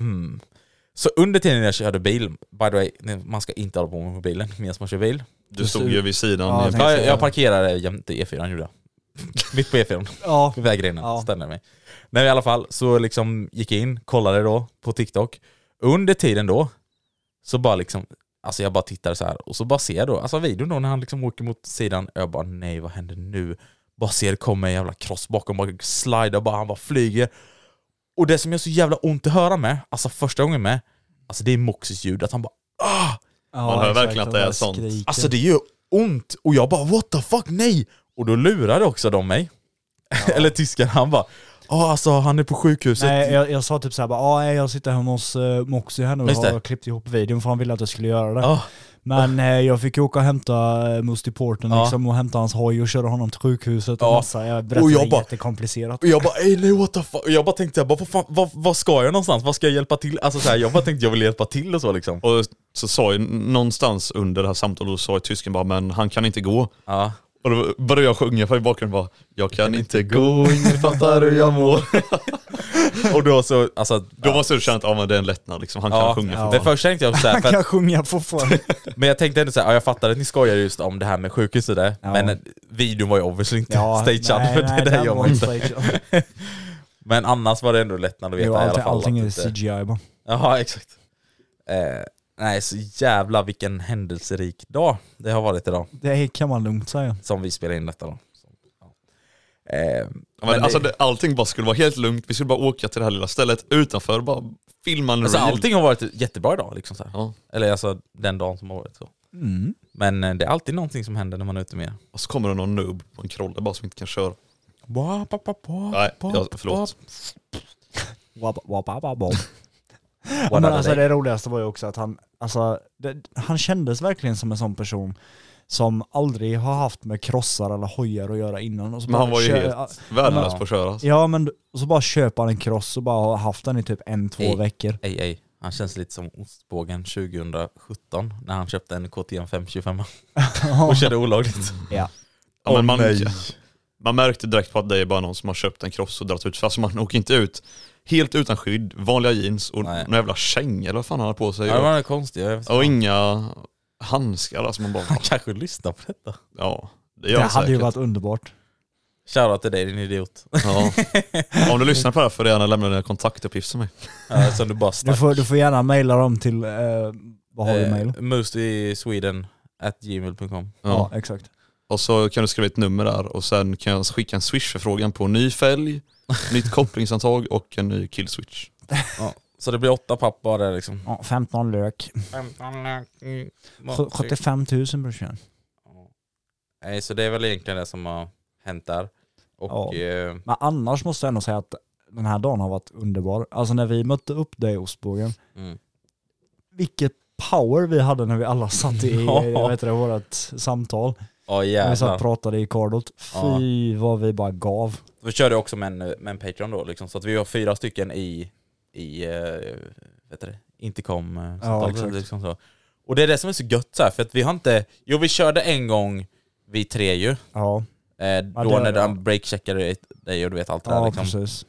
Så under tiden jag körde bil, by the way, man ska inte hålla på med mobilen medan man kör bil. Du stod ju vid sidan. Jag parkerade jämte E4, gjorde jag. Mitt på E4. Ja. Vägrenen, ställde mig. Men i alla fall så liksom gick jag in, kollade då på TikTok. Under tiden då så bara liksom, alltså jag bara tittade så här och så bara ser jag då, alltså videon då när han liksom åker mot sidan, jag bara nej, vad händer nu? Bara ser det kommer en jävla cross bakom, bara slider, bara han bara flyger. Och det som är så jävla ont att höra med, alltså första gången med, alltså det är Moxys ljud, att han bara man hör verkligen att det är sånt. Alltså det gör ont och jag bara what the fuck, nej. Och då lurade också de mig. Eller tysken, han bara alltså han är på sjukhuset. Nej, jag sa typ såhär, jag sitter hemma hos Moxy här nu och har klippt ihop videon för han ville att jag skulle göra det. Men jag fick åka och hämta Musty Porten liksom, och hämta hans hoj och köra honom till sjukhuset och massa. Jag berättade det jättekomplicerat. Och jag bara, nej what the fuck. Och jag bara tänkte, vad ska jag någonstans? Vad ska jag hjälpa till? Alltså så här, jag bara tänkte jag vill hjälpa till och så liksom. Och så sa jag någonstans under det här samtalet, och sa tysken bara, men han kan inte gå. Ja. Och då började jag sjunga för i bakgrunden bara, jag kan inte gå, ingen fattar hur jag mår. Och då så, alltså då måste du känna att men det är en lättnad liksom. Han kan sjunga fortfarande. Det första tänkte jag så här, han kan sjunga fortfarande. Men jag tänkte ändå så här, jag fattar att ni skojar just om det här med sjukhus och det. Men videon var ju obviously inte stagead, för det där gör man inte. Men annars var det ändå lättnad att veta i alla fall. Allting är CGI bara. Jaha, exakt. Nej, så jävla vilken händelserik dag det har varit idag. Det kan man lugnt säga. Som vi spelar in detta då. Men alltså allting bara skulle vara helt lugnt. Vi skulle bara åka till det här lilla stället utanför, bara filma en alltså, allting har varit jättebra idag liksom så här. Ja. Eller alltså den dagen som har varit så. Men det är alltid någonting som händer när man är ute med. Och så kommer det någon noob på en krolle bara som inte kan köra. Nej, förlåt. Men alltså det roligaste var ju också att han kändes verkligen som en sån person som aldrig har haft med krossar eller hojar att göra innan. Och så men han var ju helt värdelös på att köra. Ja, men och så bara köpa en kross och bara ha haft den i typ 1-2 veckor. Han känns lite som Ostbågen 2017 när han köpte en KTM 525 och körde olagligt. Ja. Men man märkte direkt på att det är bara någon som har köpt en kross och dragit ut. Fast man åker inte ut helt utan skydd, vanliga jeans och någon jävla käng eller vad fan han har på sig. Ja, det var konstigt. Och inga handskar. Alltså man bara... Han kanske lyssnar på detta. Ja, det hade ju varit underbart. Shoutout till dig, din idiot. Ja. Om du lyssnar på det här får du gärna lämna dina kontaktuppgifter till mig. Så du bara du får gärna mejla dem till vad har du mejl? mostysweden@gmail.com. Ja, exakt. Och så kan du skriva ett nummer där och sen kan jag skicka en Swish-förfrågan på ny fälg, nytt kopplingsantag och en ny killswitch. Ja, så det blir 8 papp bara där liksom. Ja, 15 lök. 75 000 brorsan. Nej, så det är väl egentligen det som har hänt där. Och, men annars måste jag ändå säga att den här dagen har varit underbar. Alltså när vi mötte upp dig i Ostbågen. Vilket power vi hade när vi alla satt i vårt samtal. När vi satt och pratade i kardot. Fy vad vi bara gav. Vi körde också med en Patreon då liksom, så att vi var 4 stycken i intercom exakt. liksom så. Och det är det som är så gött så här, för att vi har inte, vi körde en gång vi 3 ju. Ja. Då när de breakcheckade dig och du vet allt det där liksom. Precis.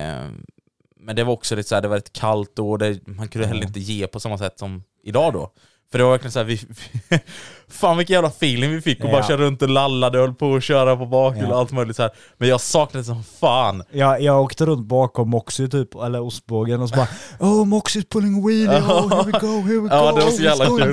Men det var också lite så här, det var ett kallt och man kunde heller inte ge på samma sätt som idag då. För det var verkligen så här, fan vilken jävla feeling vi fick och bara köra runt och lallade och höll på att köra på bakhjul och allt möjligt så här. Men jag saknade det som fan. Jag åkte runt bakom Moxie typ, eller ostbågen och så bara Moxie's pulling a wheelie, here we go. Ja, det var så jävla kul.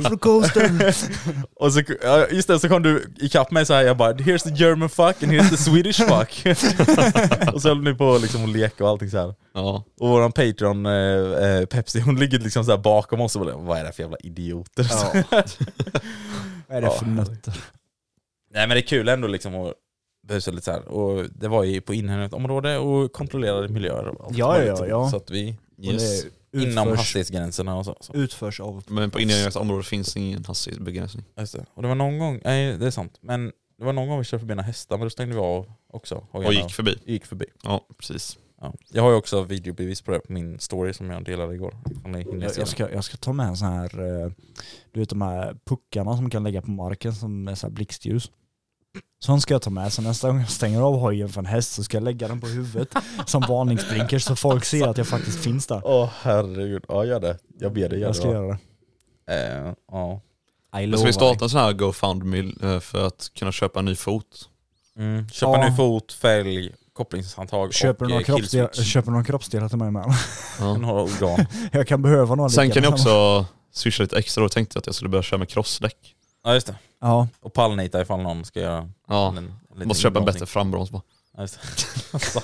Och så, just det, så kom du ikapp mig så här, jag bara, here's the German fuck and here's the Swedish fuck. Och så höll ni på liksom att leka och allting så här. Ja. Och våran Patreon Pepsi, hon ligger liksom så här bakom oss och bara, vad är det för jävla idioter? Ja. Vad är det för nötter? Nej, men det är kul ändå liksom att busa lite så här. Och det var ju på inhägnatområde och kontrollerade miljöer och allt. Ja. Så att vi Yes. inom hastighetsgränserna och så. Utförs av. Men på inhägnatområdet finns ingen hastighetsbegränsning. Just det. Och det var någon gång, nej det är sant, men det var någon gång vi körde förbi en hästar, men då stängde vi av också. Och gick förbi. Ja, precis. Ja. Jag har ju också videobevis på det på min story som jag delade igår. Jag ska ta med en sån här, du vet de här puckarna som kan lägga på marken som är så här blixtljus. Sån ska jag ta med, så nästa gång jag stänger av hojen för en häst så ska jag lägga den på huvudet som varningsblinkers så folk ser att jag faktiskt finns där. Herregud, ja gör det. Jag ber dig göra det. Jag ska göra det. Ja. Så vi startar en sån här GoFundMe för att kunna köpa en ny fot. Köpa en ny fot, fälg, kopplingshandtag. Köper du några kroppsdelar till mig med? Några organ. Jag kan behöva några. Sen kan jag också swisha lite extra, och tänkte att jag skulle börja köra med crossdäck. Ja just det. Ja. Och pallnita ifall någon ska göra en måste köpa en bättre frambroms bara. Ja, just det.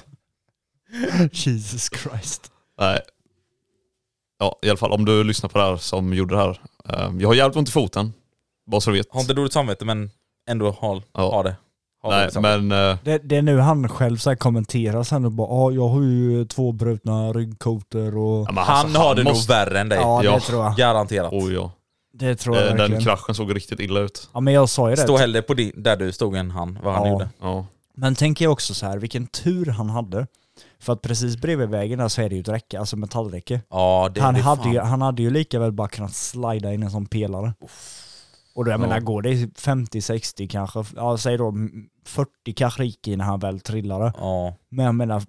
Jesus Christ. Nej. Ja, i alla fall om du lyssnar på det här som gjorde det här. Jag har jävligt ont i foten. Bara så du vet. Har inte dåligt samvete men ändå ha det. Nej, men det är nu han själv så här kommenterar sen och bara jag har ju 2 brutna ryggkotor och han har det nog värre än dig. Ja, det tror jag. Garanterat. Ja. Det tror jag verkligen. Den kraschen såg riktigt illa ut. Ja, men jag sa ju det. Stå hellre på där du stod än vad han gjorde. Ja. Men tänker jag också så här, vilken tur han hade. För att precis bredvid vägen där så är det ju ett räcke, alltså metallräcke. Ja, han hade ju lika väl bara kunnat slida in en sån pelare. Och då jag menar, går det 50-60 kanske, säg då 40 kanske gick in när han väl trillade. Ja. Men jag menar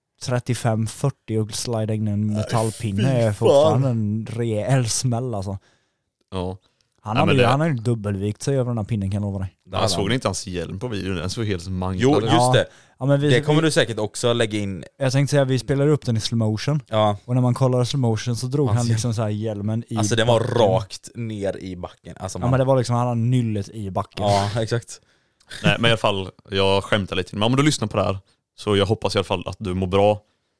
35-40 och slida in en metallpinne är fortfarande en rejäl smäll alltså. Ja. Han har ju dubbelvikt sig över den här pinnen, kan jag lova dig. Jag såg inte hans hjälm på videon, den såg helt manglad. Jo, just det. Ja, men det kommer du säkert också lägga in. Jag tänkte säga, vi spelade upp den i slow motion. Ja. Och när man kollar slow motion så drog han liksom så här hjälmen i alltså den var rakt ner i backen. Alltså men det var liksom, han hade nyllet i backen. Ja, exakt. Nej, men i alla fall, jag skämtar lite. Men om du lyssnar på det här, så jag hoppas i alla fall att du mår bra.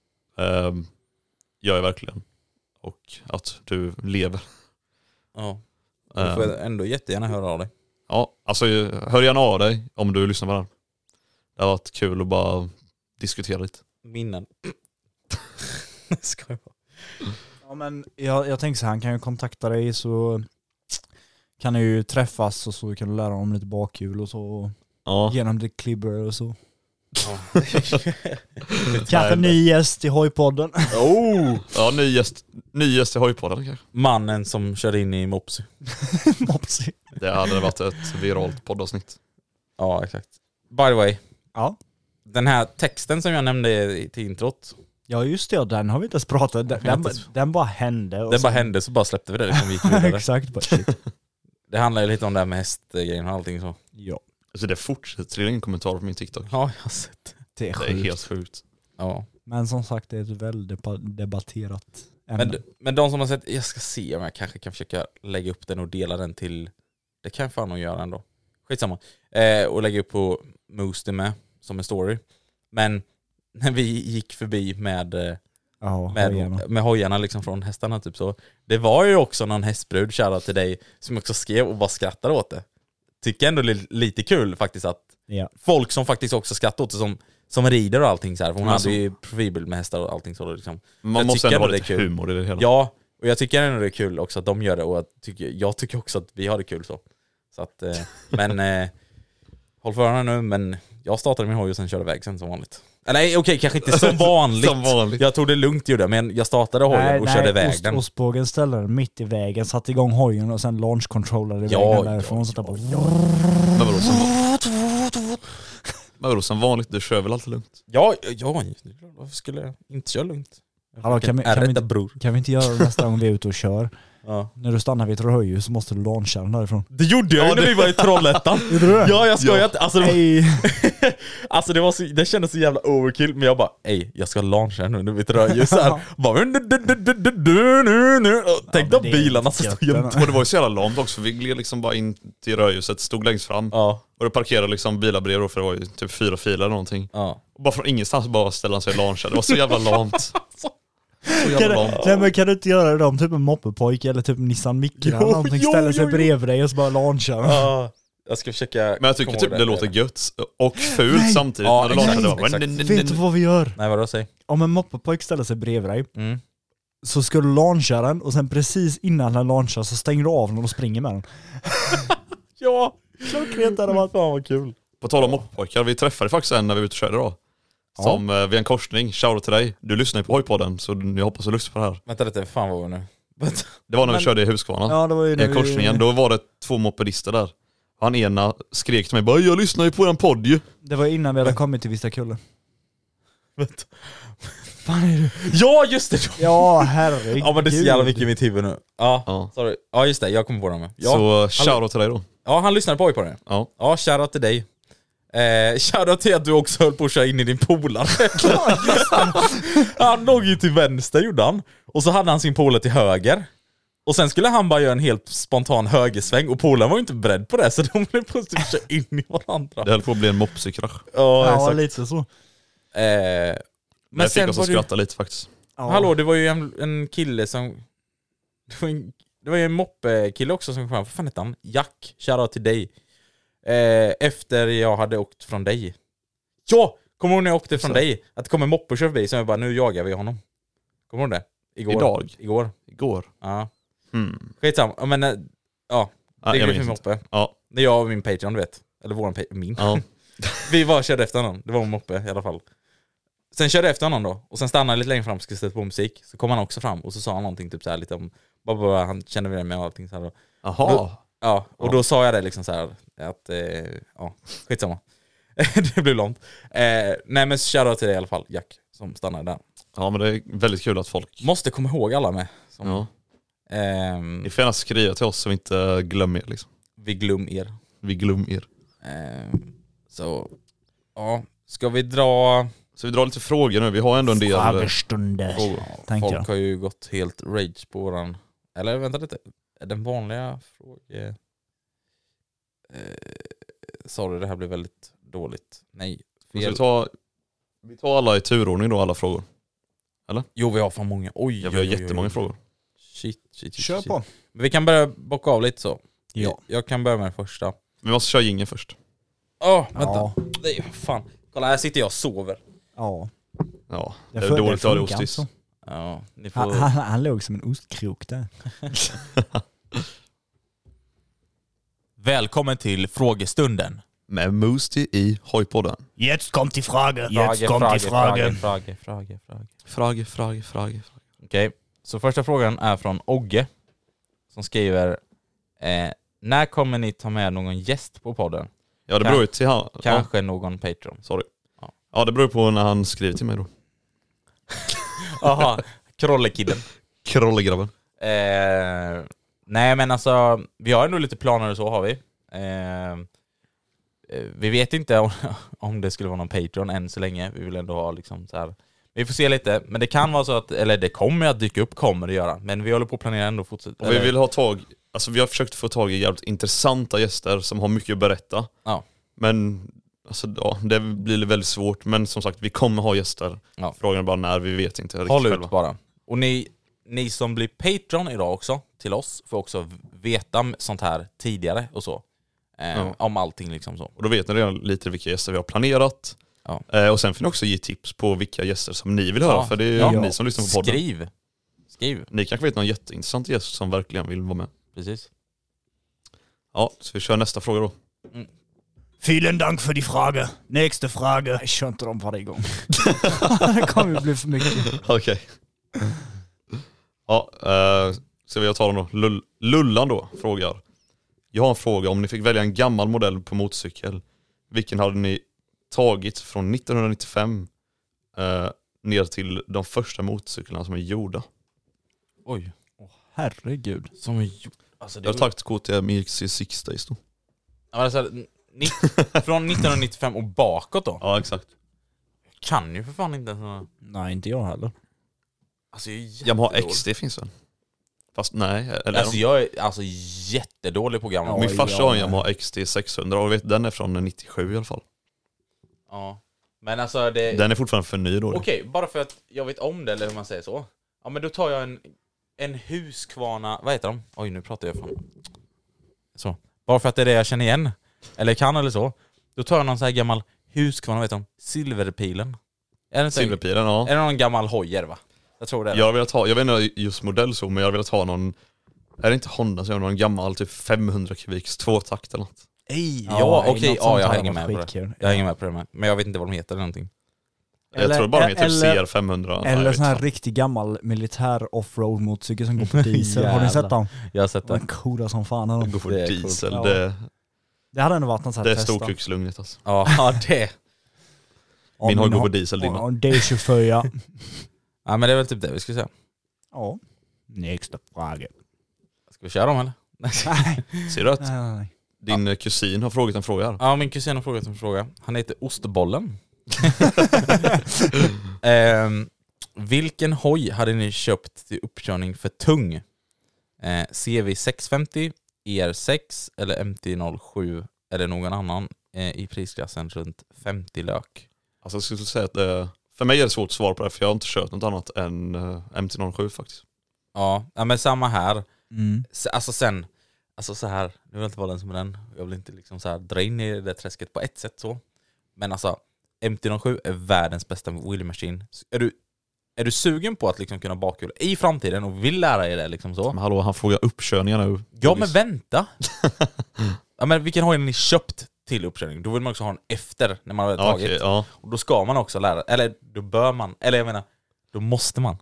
Gör jag verkligen. Och att du lever. Ja. Du får ändå jättegärna höra av dig. Ja, alltså hör gärna av dig om du lyssnar på det här. Det har varit kul att bara diskutera lite. Minnen. Ska jag bara. Ja, men jag tänker så här, han kan ju kontakta dig så kan ni ju träffas och så kan du lära honom lite bakhjul och så. Ja. Genom det klibber och så. Ja. Kanske ny gäst i Hojpodden. Ja, ny gäst i Hojpodden kanske. Mannen som körde in i Mopsy. Mopsy. Det hade varit ett viralt poddavsnitt. Ja, exakt. By the way. Ja. Den här texten som jag nämnde till introt. Ja just det, den har vi inte ens pratat. Den bara hände. Och den bara hände, så bara släppte vi det. Liksom, vi gick vidare. Exakt, bara shit. Det handlar ju lite om det här med hästgrejen och allting så. Ja. Alltså det fortsätter en kommentar på min TikTok. Ja, jag har sett. Det är helt sjukt. Ja. Men som sagt, det är ett väldigt debatterat ämne. Men de som har sett, jag ska se om jag kanske kan försöka lägga upp den och dela den till, det kan jag fan nog göra ändå. Skitsamma. Och lägga upp på Moosty med som en story. Men när vi gick förbi med hojarna liksom från hästarna typ så. Det var ju också någon hästbrud, kära till dig, som också skrev och bara skrattade åt det. Tycker ändå lite kul faktiskt att folk som faktiskt också skrattar åt det som rider och allting så här. För hon hade ju profilbild med hästar och allting så liksom. Man måste ändå ha lite humor i det hela. Ja, och jag tycker ändå det är kul också att de gör det, och jag tycker också att vi har det kul så att men håll för öronen nu, men Jag startade min hoj och sen körde iväg sen som vanligt. Nej, okej, kanske inte som vanligt. Som vanligt. Jag tog det lugnt gjorde, men jag startade hojen och körde iväg den. Ostbågen ställde den mitt i vägen, satte igång hojen och sen launch-controllade vägen därifrån. Men vadå, som vanligt, du kör väl alltid lugnt? Ja, varför skulle jag inte köra lugnt? Hallå, kan vi inte göra det nästa gång vi är ute och kör? Ja. När du stannar vid ett rödljus så måste du launcha den därifrån. Det gjorde jag ju när vi var i Trollhättan. Ja, jag skojar inte. Alltså, alltså det kändes så jävla overkill. Men jag bara, jag ska launcha nu vid ett rödljus här. Tänk de bilarna som stod jämt. Och det var ju så jävla långt också. Vi gled liksom bara in till rödljuset, stod längst fram. Ja. Och det parkerade liksom bilar bredvid då, för det var ju typ 4 filer eller någonting. Ja. Och bara från ingenstans bara ställa sig och launcha. Det var så jävla långt. Kan du inte göra det om typ en moppepojke eller typ Nissan Micra eller någonting, ställer sig bredvid dig och så bara launchar den. Ja, jag ska försöka. Men jag tycker typ det låter gött och fult samtidigt när det launchar. Vet du vad vi gör? Nej, vadå, säg? Om en moppepojke ställer sig bredvid dig så ska du launcha den och sen precis innan den launchar så stänger du av den och springer med den. Ja, klockrent hade varit. Fan vad kul. På tal om moppepojkar, vi träffade faktiskt en när vi var ute och körde då. Som vid en korsning, shoutout till dig. Du lyssnar ju på Hojpodden, så jag hoppas du lyssnar på det här. Vänta lite, fan vad var det nu? Det var när vi körde i Huskvarna. Ja, det var ju i korsningen, då var det 2 mopedister där. Han ena skrek till mig bara, jag lyssnar ju på en podd ju. Det var innan vi hade kommit till Vista Kulle. Vänta. Fan är du? Ja, just det! Ja, herregud. Ja, men det är så jävla mycket i mitt huvud nu. Ja, sorry. Ja, just det, jag kommer på det med. Ja, så shoutout till dig då. Ja, han lyssnade på det. Ja, shoutout till dig. Shoutout till att du också höll på att köra in i din polare. Han låg ju till vänster, gjorde han. Och så hade han sin polare till höger. Och sen skulle han bara göra en helt spontan högersväng. Och polaren var ju inte beredd på det, så de blev plötsligt köra in i varandra. Det höll på att bli en mopsykrasch. Ja, lite så. Men sen fick oss att skratta lite faktiskt. Ja. Hallå, det var ju en kille som... Det var ju en moppekille också som kom fram. Vad fan heter han? Jack, shoutout till dig. Efter jag hade åkt från dig. Ja! Kommer du när jag åkte från dig? Att det kom en moppe och kör förbi, så jag bara, nu jagar vi honom. Kommer du det? Igår. Ja. Skitsamma, men ja. Det är min moppe. Ja. Det är jag och min Patreon, du vet. Eller våran min. Ja. Vi bara körde efter honom. Det var en moppe i alla fall. Sen körde jag efter honom då. Och sen stannade jag lite längre fram och skulle sätta på musik. Så kom han också fram och så sa han någonting typ så här lite om... Bara han kände vi det med och allting så här. Jaha. Ja, och då sa jag det liksom så här att, skitsamma. Det blev långt. Nej, men shoutout till dig i alla fall, Jack, som stannade där. Ja, men det är väldigt kul att folk... Måste komma ihåg alla med. Som, ja. Ni får gärna skriva till oss så vi inte glömmer er liksom. Vi glömmer er. Så, ja. Ska vi dra lite frågor nu? Vi har ändå en del frågestunder. Folk har ju gått helt rage på våran... Eller vänta lite. Den vanliga frågan... Sorry, det här blir väldigt dåligt. Nej. Vi tar alla i turordning då, alla frågor. Eller? Jo, vi har för många. Oj, vi har jättemånga frågor. Shit. Kör på. Men vi kan börja bocka av lite så. Ja. Jag kan börja med den första. Vi måste köra jingeln först. Vänta. Ja. Nej, fan. Kolla, här sitter jag och sover. Ja. Ja, det är dåligt att ha det ostis. Ja, ni får... han låg som en ostkrok där. Välkommen till frågestunden. Med Moosty i Hojpodden. Jetzt kommt die Frage. Frage. Okej, så första frågan är från Ogge. Som skriver... när kommer ni ta med någon gäst på podden? Ja, det beror ju till han. Kanske någon Patreon. Sorry. Ja, det beror på när han skriver till mig då. Aha, Krollekidden. Krollegrabben. Nej, men alltså, vi har ändå lite planer och så har vi. Vi vet inte om det skulle vara någon Patreon än så länge. Vi vill ändå ha liksom så här. Vi får se lite, men det kan vara så att, eller det kommer att dyka upp, kommer det göra. Men vi håller på att planera ändå fortsätta. Och vi vill ha alltså vi har försökt få tag i jävligt intressanta gäster som har mycket att berätta. Ja. Men alltså, ja, det blir väldigt svårt. Men som sagt, vi kommer ha gäster. Ja. Frågan är bara när, vi vet inte riktigt själva. Håll ut bara. Och ni som blir Patreon idag också, till oss, får också veta sånt här tidigare och så. Om allting liksom så. Och då vet ni redan lite vilka gäster vi har planerat. Ja. Och sen får ni också ge tips på vilka gäster som ni vill höra. För det är ni som lyssnar på podden. Skriv. Ni kanske vet någon jätteintressant gäst som verkligen vill vara med. Precis. Ja, så vi kör nästa fråga då. Vielen Dank för die Frage. Nästa fråga. Jag kör inte dem varje gång. Det kommer ju bli för mycket. Okej. Ja, ska vi ta den då? Lullan då frågar. Jag har en fråga. Om ni fick välja en gammal modell på motorcykel, vilken hade ni tagit från 1995 ner till de första motorcyklarna som är gjorda? Oj. Herregud. Som är gjord. Alltså, Jag har tagit KTM EXC6 Days då. Ja, men alltså, från 1995 och bakåt då? Ja, exakt. Kan ju för fan inte så... Nej, inte jag heller. Alltså, jag är Yamaha jättedålig. XD finns väl? Fast nej. Eller Alltså jag är alltså jättedålig på gamla. Ja, min farsa har en ja. Yamaha XD 600 och vet, den är från 97 i alla fall. Ja. Men alltså det... Den är fortfarande för ny då. Okej, bara för att jag vet om det, eller hur man säger så. Ja, men då tar jag en Husqvarna... Vad heter de? Oj, nu pratar jag fan. Så. Bara för att det är det jag känner igen. Eller kan eller så. Då tar jag någon så här gammal Husqvarna, vet de? Silverpilen. Är det inte Silverpilen, ja. Är det någon gammal Hojer, va? Jag tror det. Jag vet inte just modell så, men jag vill ha någon... Är det inte Honda så är det någon gammal typ 500 kubiks tvåtakt eller något? Ja, okej. något Ja, sånt jag hade hänger varit med på det. skitkul. Jag hänger med på det. Men jag vet inte vad de heter eller någonting. Jag tror bara de heter eller- CR500. Eller sån här riktigt gammal militär offroad motorcykel som går på diesel. Har ni sett dem? Jag har sett De är det. coola som fan. Är de. Går för Det är diesel. coolt. Det, Det hade ändå varit något sånt det här är testa. storkukslugnet alltså. Ja, det. Min har går på diesel, din och D24. Ja, men det är väl typ det vi ska säga. Ja. Nästa fråga. Ska vi köra dem eller? Nej. Ser du att Nej. din kusin har frågat en fråga här? Ja, min kusin har frågat en fråga. Han heter Ostbollen. Vilken hoj hade ni köpt till uppkörning för tung? CV 650, ER6 eller MT-07 eller någon annan i prisklassen runt 50 lök? Alltså jag skulle säga att för mig är det svårt att svara på det, för jag har inte kört något annat än MT-07 faktiskt. Ja, men samma här. Mm. Alltså sen, alltså så här, nu vill jag inte vara den som är den. Jag vill inte liksom så här dra in i det träsket på ett sätt så. Men alltså, MT-07 är världens bästa wheelie machine. Är du sugen på att liksom kunna bakhjula i framtiden och vill lära dig det liksom så? Men hallå, han frågar uppkörningar nu. Ja, men vänta. Ja, men vilken har ni köpt till uppkörning? Då vill man också ha en efter när man har tagit. Okej, ja. Och då ska man också lära, eller då bör man, eller jag menar, då måste man.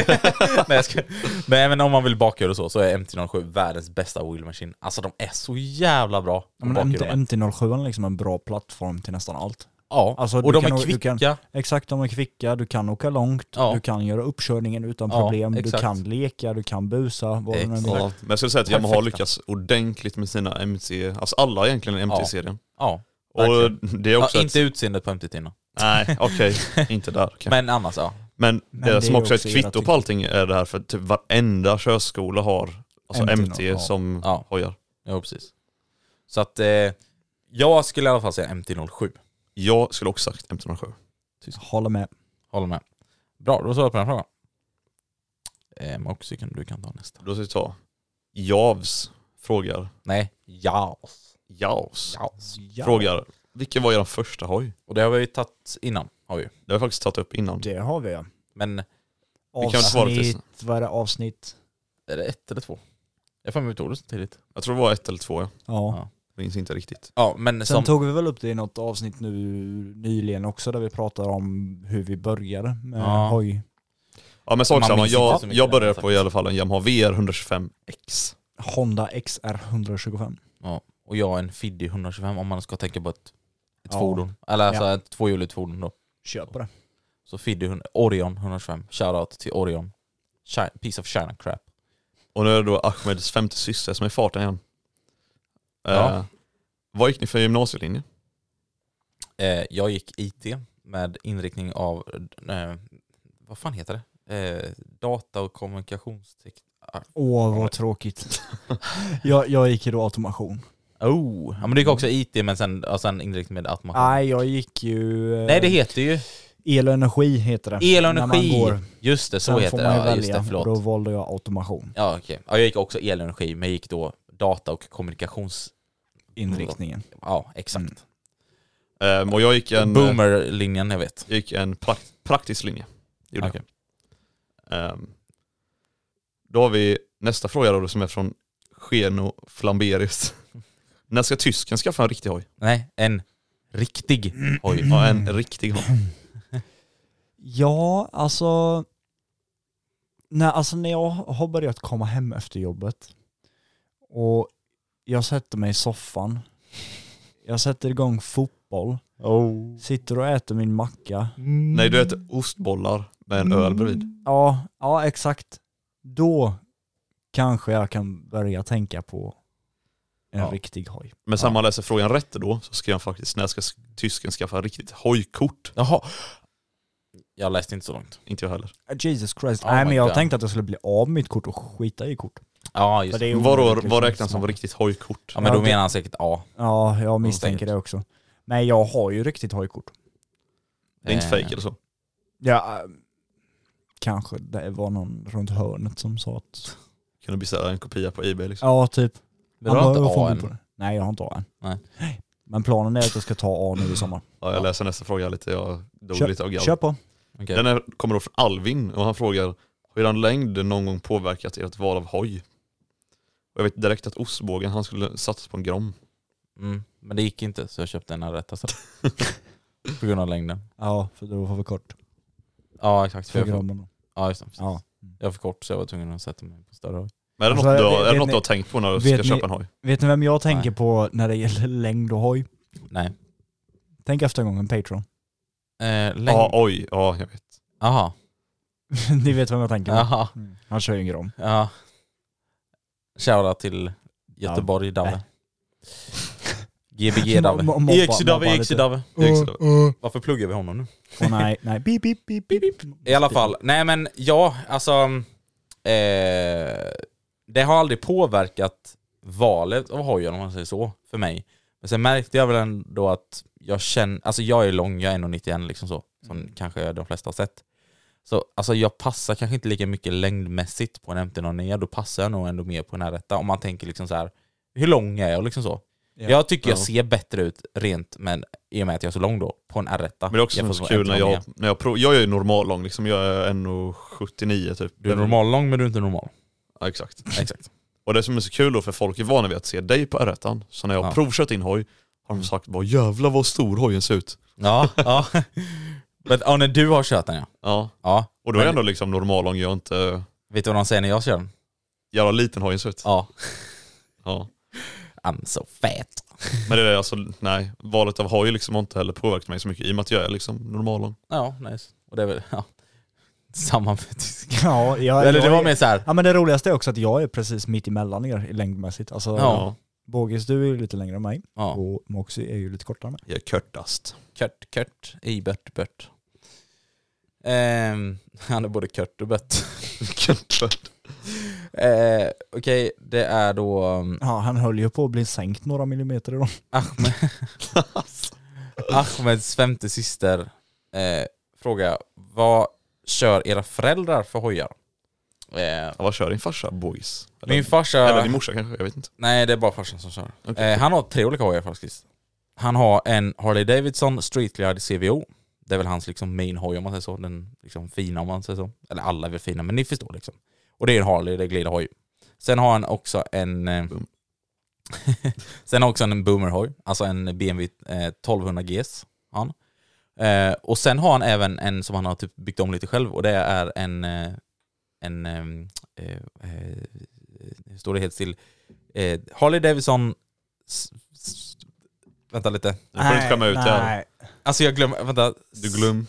Nej, men om man vill bakhjula och så är MT-07 världens bästa wheel machine. Alltså de är så jävla bra. Ja, men MT-07 är liksom en bra plattform till nästan allt. Ja, Alltså, och du de kan- är du kan- kvicka. Exakt, de är kvicka, du kan åka långt, Ja. du kan göra uppkörningen utan Ja, problem, du exakt. kan leka, du kan busa, vad du nu vill. Ja, men jag skulle säga att Yamaha har Perfekta. lyckats ordentligt med sina MT, alltså alla egentligen i MT-serien. Ja, Och verkligen. det är också Inte utseendet på MT-tina. Nej, okej, inte där. Okay. Men annars, ja. Men Men det det som är också är också ett era kvitto tycker. på allting är det här, för typ varenda körskola har alltså MT ja. som Ja. hojar. Ja, precis. Så att jag skulle i alla fall säga MT-07. Jag skulle också sagt MT-07. Håller med. Håller med. Bra, då svarar jag på den frågan. Moxie, du kan ta nästa. Då ska vi ta Javs frågar. Nej, Jaws. Javs Ja. frågar, vilken var er första hoj? Och det har vi ju tagit innan, har vi ju. Det har jag faktiskt tagit upp innan. Det har vi. Men kan väl svara till- Avsnitt, vad är det, avsnitt? är det 1 eller 2? Jag får mig tog det så tidigt. Jag tror det var 1 eller 2, ja. Ja. Minns inte riktigt. Ja, men Sen som... tog vi väl upp det i något avsnitt nu nyligen också där vi pratar om hur vi började med Ja. hoj. Ja, men sak Man samma, minns inte så mycket jag började där, på i alla fall en Yamaha VR 125X. Honda XR 125. Ja, och jag är en Fiddy 125 om man ska tänka på ett Ja. fordon. Eller alltså Ja. ett tvåhjuligt fordon då. Kör på det. Så Fiddy Orion 125. Shoutout till Orion. Piece of China crap. Och nu är det då Ahmeds femte syster som är i farten igen. Ja. Vad gick ni för gymnasielinje? Jag gick IT med inriktning av vad fan heter det? Data och kommunikationsteknik. Åh, vad tråkigt. jag gick ju då automation. Oh, ja, men det gick också IT men sen inriktning med automation. Nej, jag gick ju... Nej, det heter ju El och energi heter det. el och När man energi. går. Just det, så Sen heter får det. man ju Ja, just välja, det, förlåt. och då valde jag automation. Ja, okej. Ja, jag gick också el och energi, men jag gick då data och kommunikations... Inriktningen. Ja, exakt. Och jag gick Boomer-linjen, jag vet. jag gick en praktisk linje. Det gjorde Okej. jag. Då har vi nästa fråga då, som är från Geno Flamberius. När ska tysken skaffa en riktig hoj? Nej, en riktig hoj. Ja, en riktig hoj. Ja, alltså när jag har börjat komma hem efter jobbet och jag sätter mig i soffan, jag sätter igång fotboll, sitter och äter min macka. Nej, du äter ostbollar med en öl bredvid. Ja, exakt. Då kanske jag kan börja tänka på en riktig hoj. Men sen man läser frågan rätt då, så ska jag faktiskt, när ska tysken skaffa riktigt hojkort? Jaha. Jag läste inte så långt. Inte jag heller. Jesus Christ. Oh Nej, men jag God. tänkte att jag skulle bli av mitt kort och skita i kort. Ja, just det. det. Vad räknas som riktigt hojkort? Ja, men då menar han säkert A. Ja, jag misstänker det också. Men jag har ju riktigt hojkort. Det är inte fake eller så? Ja, kanske det var någon runt hörnet som sa att... Kan du beställa en kopia på eBay liksom? Ja, typ. Men du har inte A än? Nej, jag har inte A än. Nej. Men planen är att jag ska ta A nu i sommar. Ja, jag läser nästa fråga lite. Jag dog lite av gall. Kör på. Okay. Den kommer då från Alvin och han frågar: har eran längd någon gång påverkat ert val av hoj? Och jag vet direkt att ostbågen, han skulle satsa på en Grom. Men det gick inte, så jag köpte en rätt alltså. På grund av längden. Ja, för då var för kort. Ja, exakt. För grommen. Ja, just det. Ja. Jag var för kort så jag var tvungen att sätta mig på större hoj. Men är det Alltså, något du har tänkt på när du ska köpa en hoj? Vet ni vem jag tänker på när det gäller längd och hoj? Nej. Tänk efter en gång en Patreon. Ja, oj. Ja, jag vet. Aha. Ni vet vem jag tänker på. Jaha. Han kör ju en Grom. Ja. Shoutout till Göteborg, Dave. GBG Dave. EXI Dave. Varför pluggar vi honom nu? Nej. Beep, beep, beep, beep. I alla fall, nej men ja, alltså det har aldrig påverkat valet av hojen om man säger så, för mig. Men sen märkte jag väl ändå att jag känner, alltså jag är lång, jag är 1,91 liksom så, som kanske de flesta har sett. Så alltså jag passar kanske inte lika mycket längdmässigt på en MT-09, då passar jag nog ändå mer på en R1 om man tänker liksom så här, hur lång är jag liksom så. Ja. Jag tycker jag ser bättre ut rent, men i och med att jag är så lång då på en R1. Men det är också så kul när jag är ju normal lång liksom, jag är 1,79 typ. Du är normal lång men du är inte normal. Ja, exakt. Och det som är så kul då, för folk är vana vid att se dig på R1, så när jag provkört in hoj har de sagt bara jävlar vad stor hojen ser ut. Ja. Men när du har kört den ja. Och då är jag ändå liksom normal lång, jag inte... Vet du vad de säger när jag kör den? Jävla liten hojen ser ut. Ja. Ja. I'm so fat. Men det är alltså, nej, valet av hoj liksom har inte heller påverkat mig så mycket i och med att jag är liksom normal lång. Ja, nice. Och det är väl, samma med Ja, eller det var mer så här. Ja, men det roligaste är också att jag är precis mitt emellan er i längdmässigt. Alltså, Bågis, du är ju lite längre än mig. Ja. Och Moxie är ju lite kortare än mig. Jag är kortast. Kurt. I Bert. Han är både kört och bött. Okej, det är då... Ja, han höll ju på att bli sänkt några millimeter idag. Ahmeds femte syster frågar: vad kör era föräldrar för hojar? Vad kör din farsa, boys? Min farsa... Eller din morsa kanske, jag vet inte. Nej, det är bara farsan som kör. Okay. Han har 3 olika hojar faktiskt. Han har en Harley Davidson Street Glide CVO. Det är väl hans liksom main hoj om man säger så. Den liksom fina om man säger så. Eller alla är väl fina, men ni förstår liksom. Och det är en Harley, det är glidahoj. Sen har han också en... sen har också en boomerhoj. Alltså en BMW 1200 GS. Han. Och sen har han även en som han har typ byggt om lite själv. Och det är hur står det helt still? Harley Davidson... Vänta lite. Du får inte komma ut här. Alltså jag glömmer, vänta. Du glöm.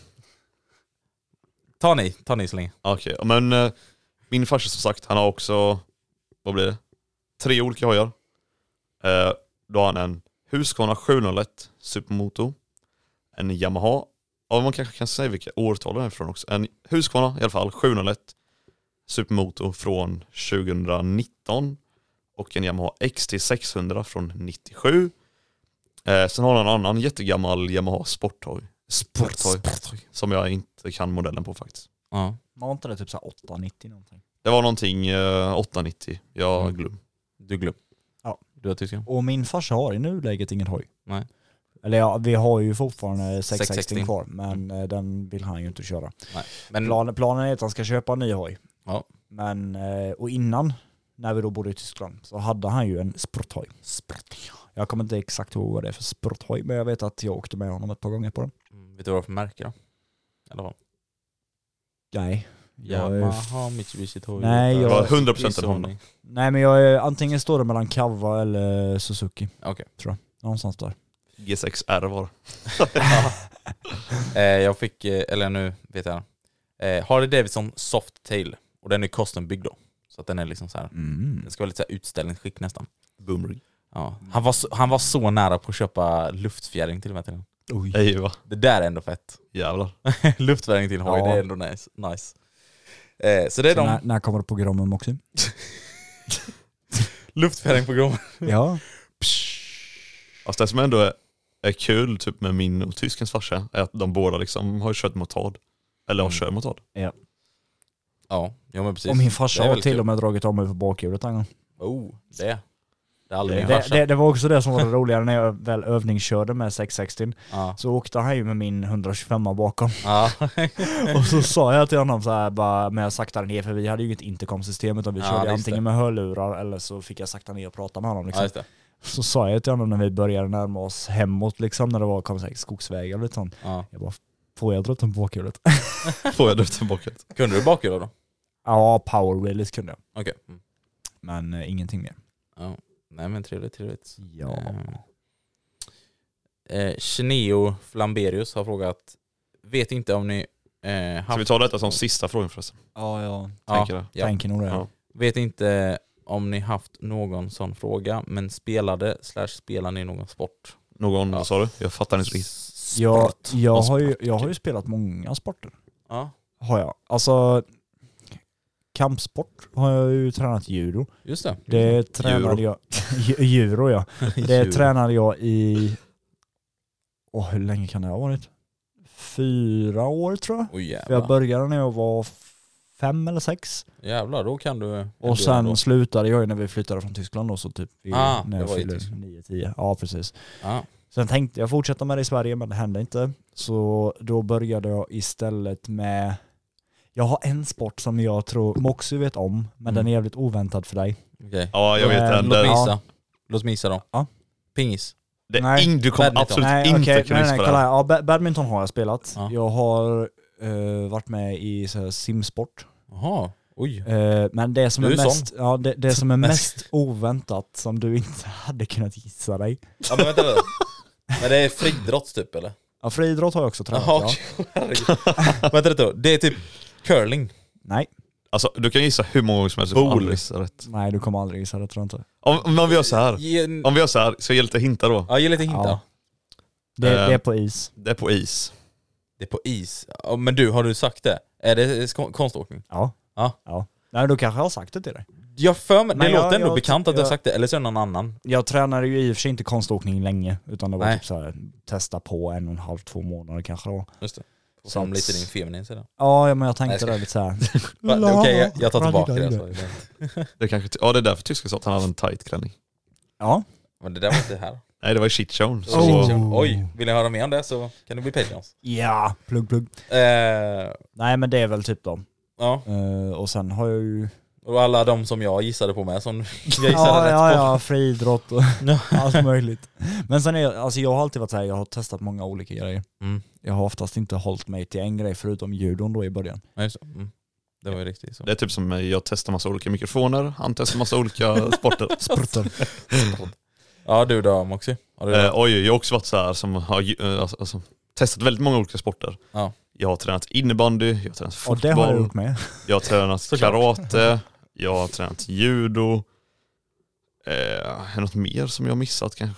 Ta ni så länge. Okej, men min farsa som sagt, han har också, vad blir det? 3 olika hojar. Då har han en Husqvarna 701 Supermoto. En Yamaha, ja man kanske kan säga vilka årtal den är från också. En Husqvarna i alla fall, 701 Supermoto från 2019. Och en Yamaha XT600 från 97. Sen har han en annan jättegammal Yamaha Sporthoj. Som jag inte kan modellen på faktiskt. Ja. Var inte det typ så 890 någonting? Det var någonting 890. Jag glöm. Du glöm. Ja. Du har tyska. Och min farsa har i nuläget ingen hoj. Nej. Eller ja, vi har ju fortfarande 660 kvar, men den vill han ju inte köra. Nej. Men planen är att han ska köpa en ny hoj. Ja. Men och innan när vi då bodde i Tyskland, så hade han ju en Sporthoj. Jag kommer inte exakt ihåg vad det är för Sporthoj, men jag vet att jag åkte med honom ett par gånger på den. Vet du vad det är för märke då? Eller vad? Nej. Yamaha, Mitsubishi, Toyota. Nej, jag var 100% en Honda. Nej, men jag är antingen står det mellan Kawa eller Suzuki. Okej. Tror jag. Någonstans där. G6R var Jag fick, eller nu vet jag. Harley Davidson Softail. Och den är custom-byggd då. Så att den är liksom så här. Den ska vara lite så här utställningsskick nästan. Boomring. Ja. Han var så nära på att köpa luftfjäring till och med till den. Oj. Ej, va? Det där är ändå fett. Jävlar. Luftfjäring till hoj, Ja. det är ändå nice. Så det är Så när kommer det programmen också? luftfjäring på gång. Ja. Alltså det som ändå är kul typ med min och tyskens farsa är att de båda liksom har kört motard. Eller har kört motard. Ja, men precis. Och min farsa Det är har väl till kul. och med dragit av mig på bakhjulet en gång. Det är aldrig min farsa. Det var också det som var det roliga när jag väl övningskörde med 660. Ja. Så åkte han ju med min 125 bakom. Ja. Och så sa jag till honom så här, bara med att sakta ner, för vi hade ju inget intercom-system utan vi Ja, körde just antingen det. med hörlurar eller så fick jag sakta ner och prata med honom liksom. Ja, just det. Så sa jag till honom när vi började närma oss hemåt liksom, när det var kom säkert skogsvägar och lite sånt. Ja. Jag bara, får jag dra upp den på bakhjulet? Får jag det tillbaka? Kunde du bakhjula då? Ja, power wheelies kunde jag. Okej. Men ingenting mer. Ja. Nej men trevligt. Ja. Cheneo Flamberius har frågat, vet inte om ni Ska vi ta detta som sista frågan förresten? Ja, Tänker det. Ja. tänker nog det. Ja. Vet inte om ni haft någon sån fråga, men spelar ni någon sport? Någon, vad sa du? Jag fattar inte riktigt. Jag har ju spelat många sporter. Ja, Har jag. Alltså kampsport har jag ju tränat judo. just det. Det tränade jag judo, ja. Det tränade jag i hur länge kan det ha varit? 4 år tror jag. Oj För jag jävlar. började när jag var 5 eller 6. Jävlar, då kan du... Och sen slutade jag när vi flyttade från Tyskland då, så typ när det jag var i fyllde Tyskland. 9-10. Ja, precis. Ja. Sen tänkte jag fortsätta med det i Sverige, men det hände inte. Så då började jag istället med... Jag har en sport som jag tror Moxie vet om, men den är jävligt oväntad för dig. Okej. Ja, jag vet den. Låt mig Ja. gissa. Låt mig gissa då. Ja. Pingis. Nej. Du kommer Badminton. absolut inte kunna gissa på det kolla här. här. Ja, badminton har jag spelat. Ja. Jag har varit med i så här simsport. Jaha, oj. Men det som Du är är mest, det som är mest oväntat som du inte hade kunnat gissa dig. Ja men vänta då. Men det är friidrott typ eller? Ja, friidrott har jag också tränat. Jaha, Ja. okej. Herregud. Vänta lite då. Det är typ curling. Nej, Alltså du kan gissa hur många gånger som helst. Du får aldrig gissa rätt. nej, du kommer aldrig gissa det, tror jag inte. Om vi gör så här. Ge en... Om vi gör så här, så ge lite hintar då. Ja, ge lite hintar. Ja. Det är på is. Det är på is. Det är på is. Ja, men du, har du sagt det? Är det konståkning? Ja. Ja. Nej, då kanske jag har sagt det till dig. Jag för mig, det Men låter ändå jag- bekant att du har jag- sagt det, eller så är det någon annan. Jag tränade ju i och för sig inte konståkning länge, utan det var Nej. typ så här, testa på 1,5-2 månader kanske då. Just det. Få Så fram att- lite din feminin sida. Ja, men jag tänkte Nej, ska- det lite så här. Okej, jag tar tillbaka det. Så. Det kanske ja, det är därför tyska sa att han hade en tight klänning. Ja. Men det där var inte här. Nej, det var i shitshown. Så, Oh. Oj, vill ni höra mer om det så kan du bli Patreons. Ja, plugg. Nej, men det är väl typ dem. Ja, Och sen har jag ju... och alla de som jag gissade på med som jag gissade rätt på. Ja, friidrott och allt möjligt. Men sen alltså jag har alltid varit så här, jag har testat många olika grejer. Mm. Jag har oftast inte hållit mig till en grej förutom judon då i början. Ja, just det. Mm. Det var ju riktigt så. Det är typ som jag testar massa olika mikrofoner, han testar massa olika sporter. Ja, du då Moxie? Har du Oj, jag har också varit så här som har alltså, testat väldigt många olika sporter. Ja. Jag har tränat innebandy, jag har tränat Och fotboll, det har jag gjort med. jag har tränat Såklart. karate, jag har tränat judo. Är något mer som jag har missat kanske?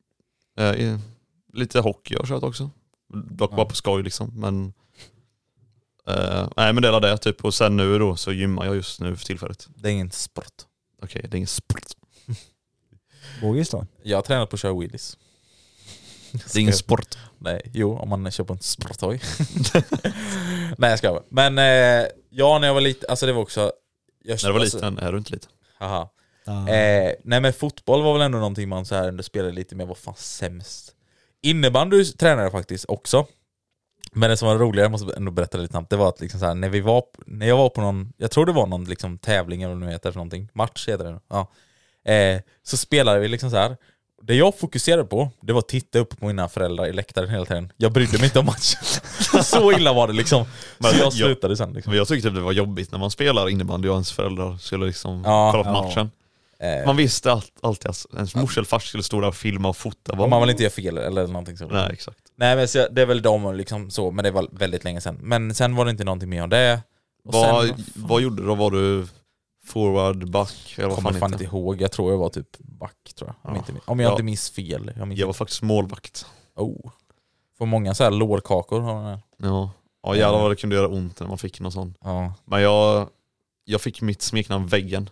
Lite hockey har jag kört också. Dock bara på skoj liksom, men nej men det är det typ. Och sen nu då så gymmar jag just nu för tillfället. Det är ingen sport. Okej, det är ingen sport. Bogis då? Jag har tränat på att köra wheelies. Det är ingen sport. Nej, jo, om man köper en sporthoj. Nej, jag ska bara. Men ja, när jag var liten, alltså det var också... När du var liten, är du inte liten? Haha. Nej men fotboll var väl ändå någonting man så här ändå spelade lite med, var fan sämst. Innebandy tränade jag faktiskt också. Men det som var roligare, jag måste ändå berätta lite snabbt, det var att liksom så här, när jag var på någon, jag tror det var någon liksom tävling eller vad det nu heter för någonting, match heter det. Ja. Så spelade vi liksom så här. Det jag fokuserade på, det var att titta upp på mina föräldrar i läktaren hela tiden. Jag brydde mig inte om matchen. Så illa var det liksom. Så jag slutade sen liksom. Men jag tyckte det var jobbigt när man spelar innebandy och ens föräldrar skulle liksom kolla på matchen. Man visste alltid att ens morsa eller fars skulle stå där och filma och fota. Och man vill inte göra fel eller någonting så. Nej, exakt. Nej, men så, det är väl de liksom så, men det var väldigt länge sedan. Men sen var det inte någonting mer om det. Och vad gjorde du då? Var du forward, back? Jag kommer fan inte ihåg. Jag tror jag var typ back, tror jag. Om jag inte minns fel. Jag var faktiskt målvakt. Får många så här lårkakor. Ja, jävlar vad det kunde göra ont när man fick någon sån. Ja. Men jag fick mitt smeknamn Väggen.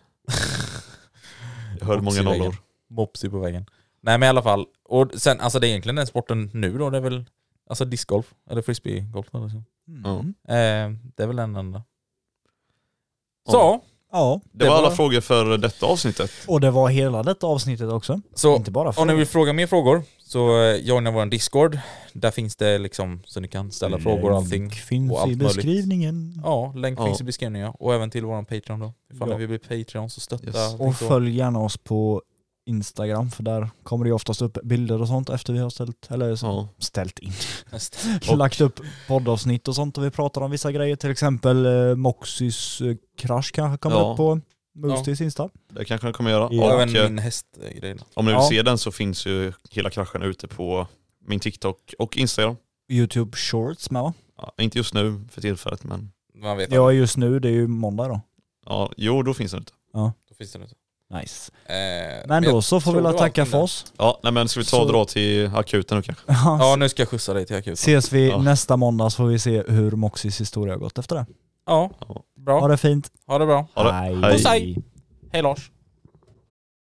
Jag hörde många nollor. Mopsy på väggen. Nej, men i alla fall. Och sen, alltså det är egentligen den sporten nu då, det är väl alltså discgolf eller frisbeegolf eller så. Det är väl den enda. Så. Ja. Det var alla frågor för detta avsnittet. Och det var hela detta avsnittet också. Så inte bara om ni vill fråga mer frågor så joina vår Discord. Där finns det liksom så ni kan ställa frågor och allting. Länk finns i beskrivningen. Ja, länk finns i beskrivningen. Och även till vår Patreon då. Ifall ni vill bli Patreon så stötta. Yes. Och följ gärna oss på Instagram, för där kommer det oftast upp bilder och sånt efter vi har ställt in. Lagt upp poddavsnitt och sånt och vi pratar om vissa grejer, till exempel Moxys krasch kanske kommer upp på Moostis Insta. Det kanske den kommer göra. Och även min hästgrej. Om ni vill se den så finns ju hela kraschen ute på min TikTok och Instagram. YouTube Shorts med, va? Ja, inte just nu för tillfället, men man vet just nu, det är ju måndag då. Ja, då finns den inte. Ja. Då finns den inte. Nice. Men då så får vi tacka för oss. Ja, nej, men ska vi ta och dra till akuten nu kanske? Ja, nu ska jag skjutsa dig till akuten. Ses vi nästa måndag så får vi se hur Moxys historia har gått efter det. Ja, bra. Ha det fint. Ha det bra. Hej. Hej Lars.